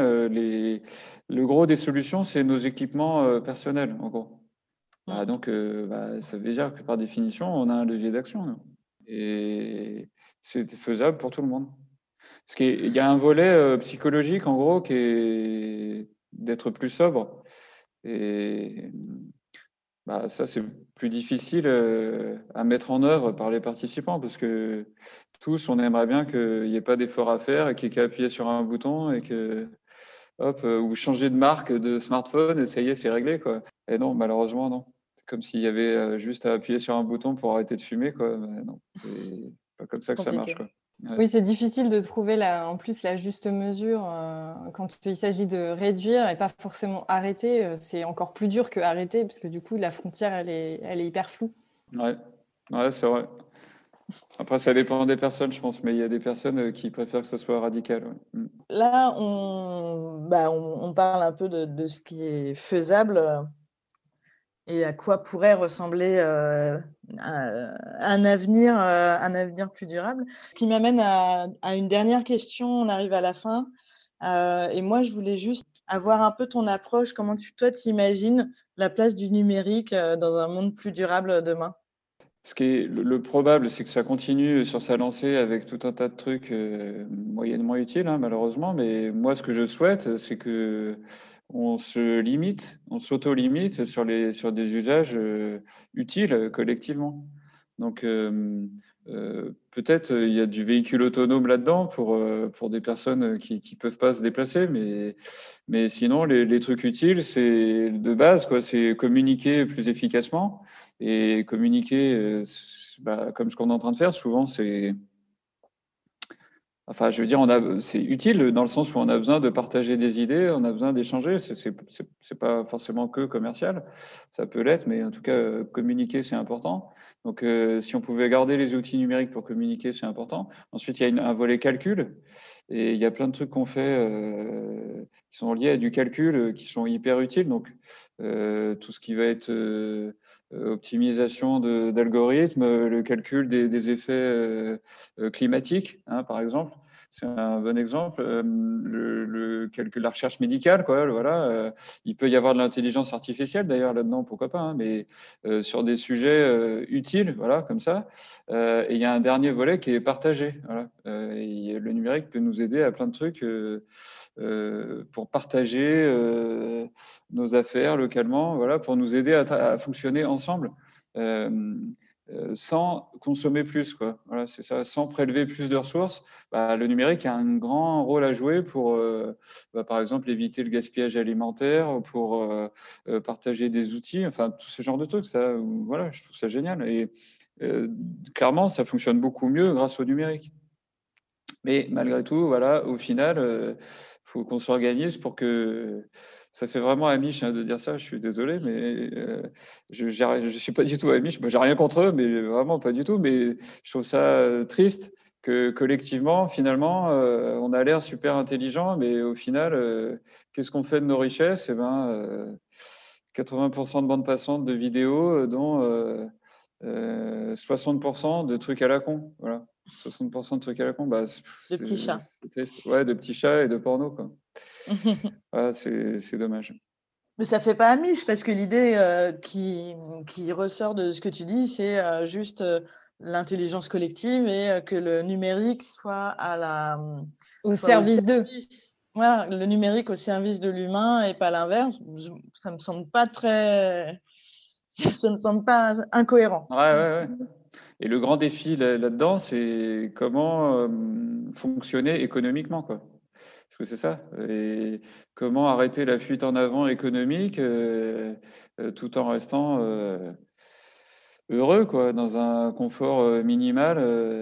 [SPEAKER 2] le gros des solutions, c'est nos équipements personnels, en gros. Donc, ça veut dire que par définition, on a un levier d'action, nous. Et c'est faisable pour tout le monde. Il y a un volet psychologique, en gros, qui est d'être plus sobre. Et ça, c'est plus difficile à mettre en œuvre par les participants parce que tous, on aimerait bien qu'il n'y ait pas d'effort à faire et qu'il n'y ait qu'à appuyer sur un bouton et que, hop, ou changer de marque de smartphone et ça y est, c'est réglé, quoi. Et non, malheureusement, non. C'est comme s'il y avait juste à appuyer sur un bouton pour arrêter de fumer, quoi. Mais non, c'est pas comme ça que ça marche,
[SPEAKER 3] compliqué.
[SPEAKER 2] quoi. Ouais.
[SPEAKER 1] Oui, c'est difficile de trouver en plus la juste mesure quand il s'agit de réduire et pas forcément arrêter. C'est encore plus dur que arrêter parce que du coup, la frontière, elle est hyper floue.
[SPEAKER 2] Ouais, c'est vrai. Après, ça dépend des personnes, je pense, mais il y a des personnes qui préfèrent que ce soit radical. Ouais.
[SPEAKER 3] Là, on parle un peu de ce qui est faisable et à quoi pourrait ressembler un avenir plus durable. Ce qui m'amène à une dernière question. On arrive à la fin. Et moi, je voulais juste avoir un peu ton approche. Comment toi, tu imagines la place du numérique dans un monde plus durable demain?
[SPEAKER 2] Ce qui est le probable, c'est que ça continue sur sa lancée avec tout un tas de trucs moyennement utiles, hein, malheureusement. Mais moi, ce que je souhaite, c'est que on s'auto-limite sur des usages utiles collectivement. Donc, peut-être il y a du véhicule autonome là-dedans pour des personnes qui peuvent pas se déplacer, mais sinon, les trucs utiles, c'est de base, quoi. C'est communiquer plus efficacement. Et communiquer, comme ce qu'on est en train de faire, souvent, c'est utile dans le sens où on a besoin de partager des idées, on a besoin d'échanger. C'est pas forcément que commercial, ça peut l'être, mais en tout cas, communiquer, c'est important. Donc, si on pouvait garder les outils numériques pour communiquer, c'est important. Ensuite, il y a un volet calcul, et il y a plein de trucs qu'on fait qui sont liés à du calcul, qui sont hyper utiles. Donc, tout ce qui va être optimisation d'algorithmes, le calcul des effets climatiques, hein, par exemple. C'est un bon exemple. Le calcul, la recherche médicale, quoi. Voilà. Il peut y avoir de l'intelligence artificielle, d'ailleurs, là-dedans, pourquoi pas, hein, mais sur des sujets utiles, voilà, comme ça. Et il y a un dernier volet qui est partagé. Voilà. Et le numérique peut nous aider à plein de trucs pour partager nos affaires localement, voilà, pour nous aider à fonctionner ensemble. sans consommer plus, quoi. Voilà, c'est ça, sans prélever plus de ressources. Le numérique a un grand rôle à jouer pour, par exemple, éviter le gaspillage alimentaire, pour partager des outils, enfin, tout ce genre de trucs. Ça, voilà, je trouve ça génial. Et clairement, ça fonctionne beaucoup mieux grâce au numérique. Mais malgré tout, voilà, au final, faut qu'on s'organise pour que. Ça fait vraiment Amish de dire ça, je suis désolé, mais je suis pas du tout Amish. Moi, j'ai rien contre eux, mais vraiment pas du tout. Mais je trouve ça triste que collectivement, finalement, on a l'air super intelligent, mais au final, qu'est-ce qu'on fait de nos richesses? 80% de bandes passantes de vidéos, dont 60% de trucs à la con. Voilà. 60% de trucs à la con,
[SPEAKER 3] de petits chats.
[SPEAKER 2] Ouais, de petits chats et de porno, quoi. Voilà, c'est dommage.
[SPEAKER 3] Mais ça fait pas Amish, parce que l'idée qui ressort de ce que tu dis, c'est juste l'intelligence collective et que le numérique soit
[SPEAKER 1] au service d'eux.
[SPEAKER 3] Voilà, le numérique au service de l'humain et pas l'inverse. Ça me semble pas ça me semble pas incohérent.
[SPEAKER 2] Ouais. Et le grand défi là-dedans, c'est comment fonctionner économiquement, quoi. Parce que c'est ça. Et comment arrêter la fuite en avant économique tout en restant heureux, quoi, dans un confort minimal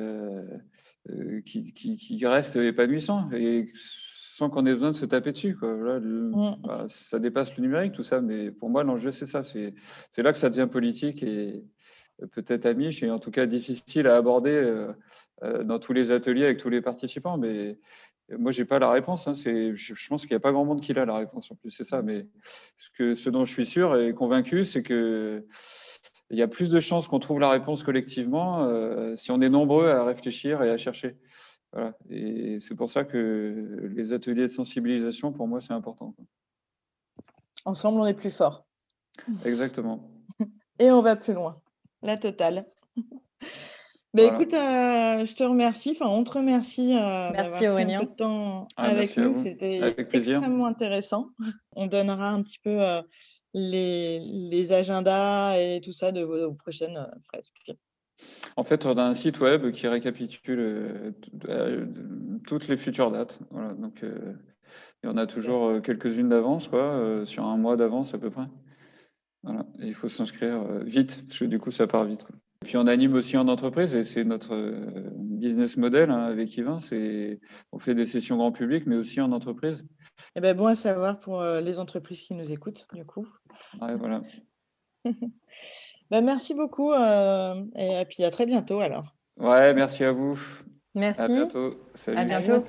[SPEAKER 2] qui reste épanouissant et sans qu'on ait besoin de se taper dessus, quoi. Là, ça dépasse le numérique, tout ça, mais pour moi, l'enjeu, c'est ça. C'est là que ça devient politique et peut-être amiche et en tout cas difficile à aborder dans tous les ateliers avec tous les participants. Mais moi, j'ai pas la réponse. Je pense qu'il n'y a pas grand monde qui a la réponse en plus, c'est ça. Mais ce dont je suis sûr et convaincu, c'est que il y a plus de chances qu'on trouve la réponse collectivement si on est nombreux à réfléchir et à chercher. Voilà. Et c'est pour ça que les ateliers de sensibilisation, pour moi, c'est important.
[SPEAKER 3] Ensemble, on est plus fort.
[SPEAKER 2] Exactement.
[SPEAKER 3] Et on va plus loin. La totale.
[SPEAKER 2] Voilà.
[SPEAKER 3] Écoute, je te remercie. Enfin, on te remercie
[SPEAKER 1] Merci,
[SPEAKER 3] d'avoir pris
[SPEAKER 1] Aurélien.
[SPEAKER 3] un peu de temps avec nous. C'était extrêmement intéressant. On donnera un petit peu les agendas et tout ça de vos prochaines fresques.
[SPEAKER 2] En fait, on a un site web qui récapitule toutes les futures dates. Voilà, donc, et on a toujours quelques-unes d'avance, sur un mois d'avance à peu près. Voilà, et il faut s'inscrire vite, parce que du coup, ça part vite, quoi. Et puis, on anime aussi en entreprise, et c'est notre business model avec Yvain. On fait des sessions grand public, mais aussi en entreprise.
[SPEAKER 3] Bon à savoir pour les entreprises qui nous écoutent, du coup.
[SPEAKER 2] Ouais, voilà.
[SPEAKER 3] Merci beaucoup et puis à très bientôt alors.
[SPEAKER 2] Ouais, merci à vous.
[SPEAKER 1] Merci.
[SPEAKER 2] À bientôt. Salut.
[SPEAKER 1] À bientôt.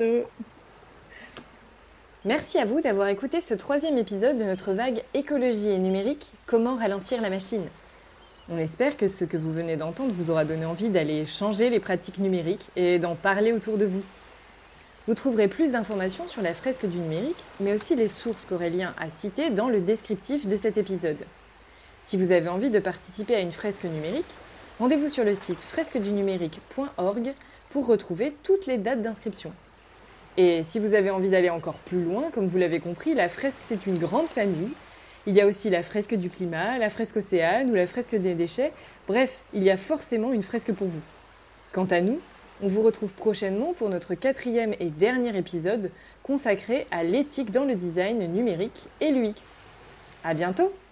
[SPEAKER 1] Merci à vous d'avoir écouté ce 3e épisode de notre vague écologie et numérique, comment ralentir la machine. On espère que ce que vous venez d'entendre vous aura donné envie d'aller changer les pratiques numériques et d'en parler autour de vous. Vous trouverez plus d'informations sur la fresque du numérique, mais aussi les sources qu'Aurélien a citées dans le descriptif de cet épisode. Si vous avez envie de participer à une fresque numérique, rendez-vous sur le site fresquedunumérique.org pour retrouver toutes les dates d'inscription. Et si vous avez envie d'aller encore plus loin, comme vous l'avez compris, la fresque c'est une grande famille. Il y a aussi la fresque du climat, la fresque océane ou la fresque des déchets. Bref, il y a forcément une fresque pour vous. Quant à nous, on vous retrouve prochainement pour notre 4e et dernier épisode consacré à l'éthique dans le design numérique et l'UX. À bientôt!